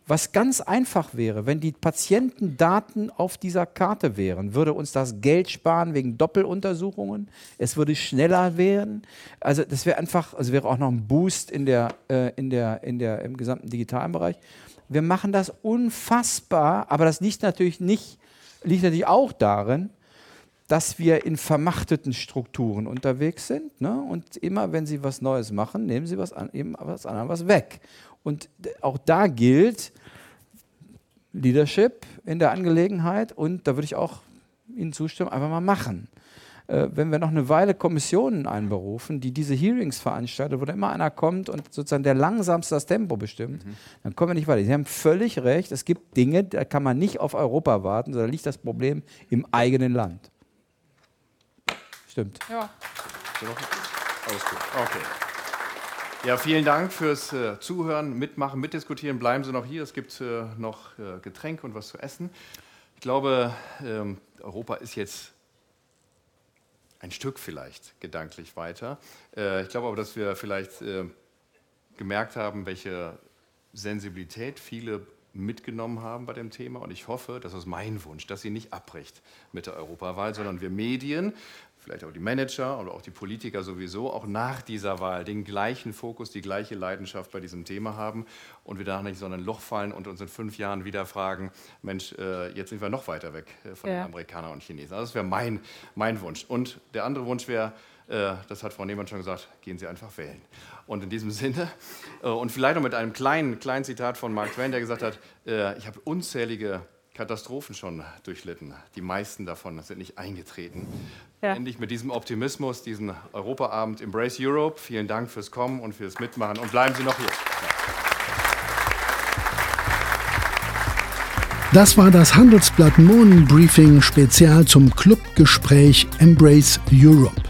was ganz einfach wäre, wenn die Patientendaten auf dieser Karte wären, würde uns das Geld sparen wegen Doppeluntersuchungen. Es würde schneller werden. Also das wäre einfach, also wäre auch noch ein Boost im gesamten digitalen Bereich. Wir machen das unfassbar, aber das liegt natürlich auch darin, dass wir in vermachteten Strukturen unterwegs sind. Ne? Und immer, wenn Sie was Neues machen, nehmen Sie was anderes weg. Und auch da gilt Leadership in der Angelegenheit. Und da würde ich auch Ihnen zustimmen, einfach mal machen. Wenn wir noch eine Weile Kommissionen einberufen, die diese Hearings veranstalten, wo da immer einer kommt und sozusagen der langsamste das Tempo bestimmt, dann kommen wir nicht weiter. Sie haben völlig recht, es gibt Dinge, da kann man nicht auf Europa warten, sondern liegt das Problem im eigenen Land. Stimmt. Ja. Alles gut. Okay. Ja, vielen Dank fürs Zuhören, Mitmachen, Mitdiskutieren. Bleiben Sie noch hier. Es gibt noch Getränke und was zu essen. Ich glaube, Europa ist jetzt ein Stück vielleicht gedanklich weiter. Ich glaube aber, dass wir vielleicht gemerkt haben, welche Sensibilität viele mitgenommen haben bei dem Thema. Und ich hoffe, das ist mein Wunsch, dass sie nicht abbricht mit der Europawahl, sondern wir Medien, vielleicht auch die Manager oder auch die Politiker sowieso, auch nach dieser Wahl den gleichen Fokus, die gleiche Leidenschaft bei diesem Thema haben und wir da nicht so in ein Loch fallen und uns in 5 Jahren wieder fragen, Mensch, jetzt sind wir noch weiter weg von den Amerikanern und Chinesen. Also das wäre mein Wunsch. Und der andere Wunsch wäre, das hat Frau Nehmann schon gesagt, gehen Sie einfach wählen. Und in diesem Sinne, und vielleicht noch mit einem kleinen Zitat von Mark Twain, der gesagt hat, ich habe unzählige Katastrophen schon durchlitten. Die meisten davon sind nicht eingetreten. Ja. Endlich mit diesem Optimismus, diesen Europaabend Embrace Europe. Vielen Dank fürs Kommen und fürs Mitmachen und bleiben Sie noch hier. Das war das Handelsblatt Morning Briefing Spezial zum Clubgespräch Embrace Europe.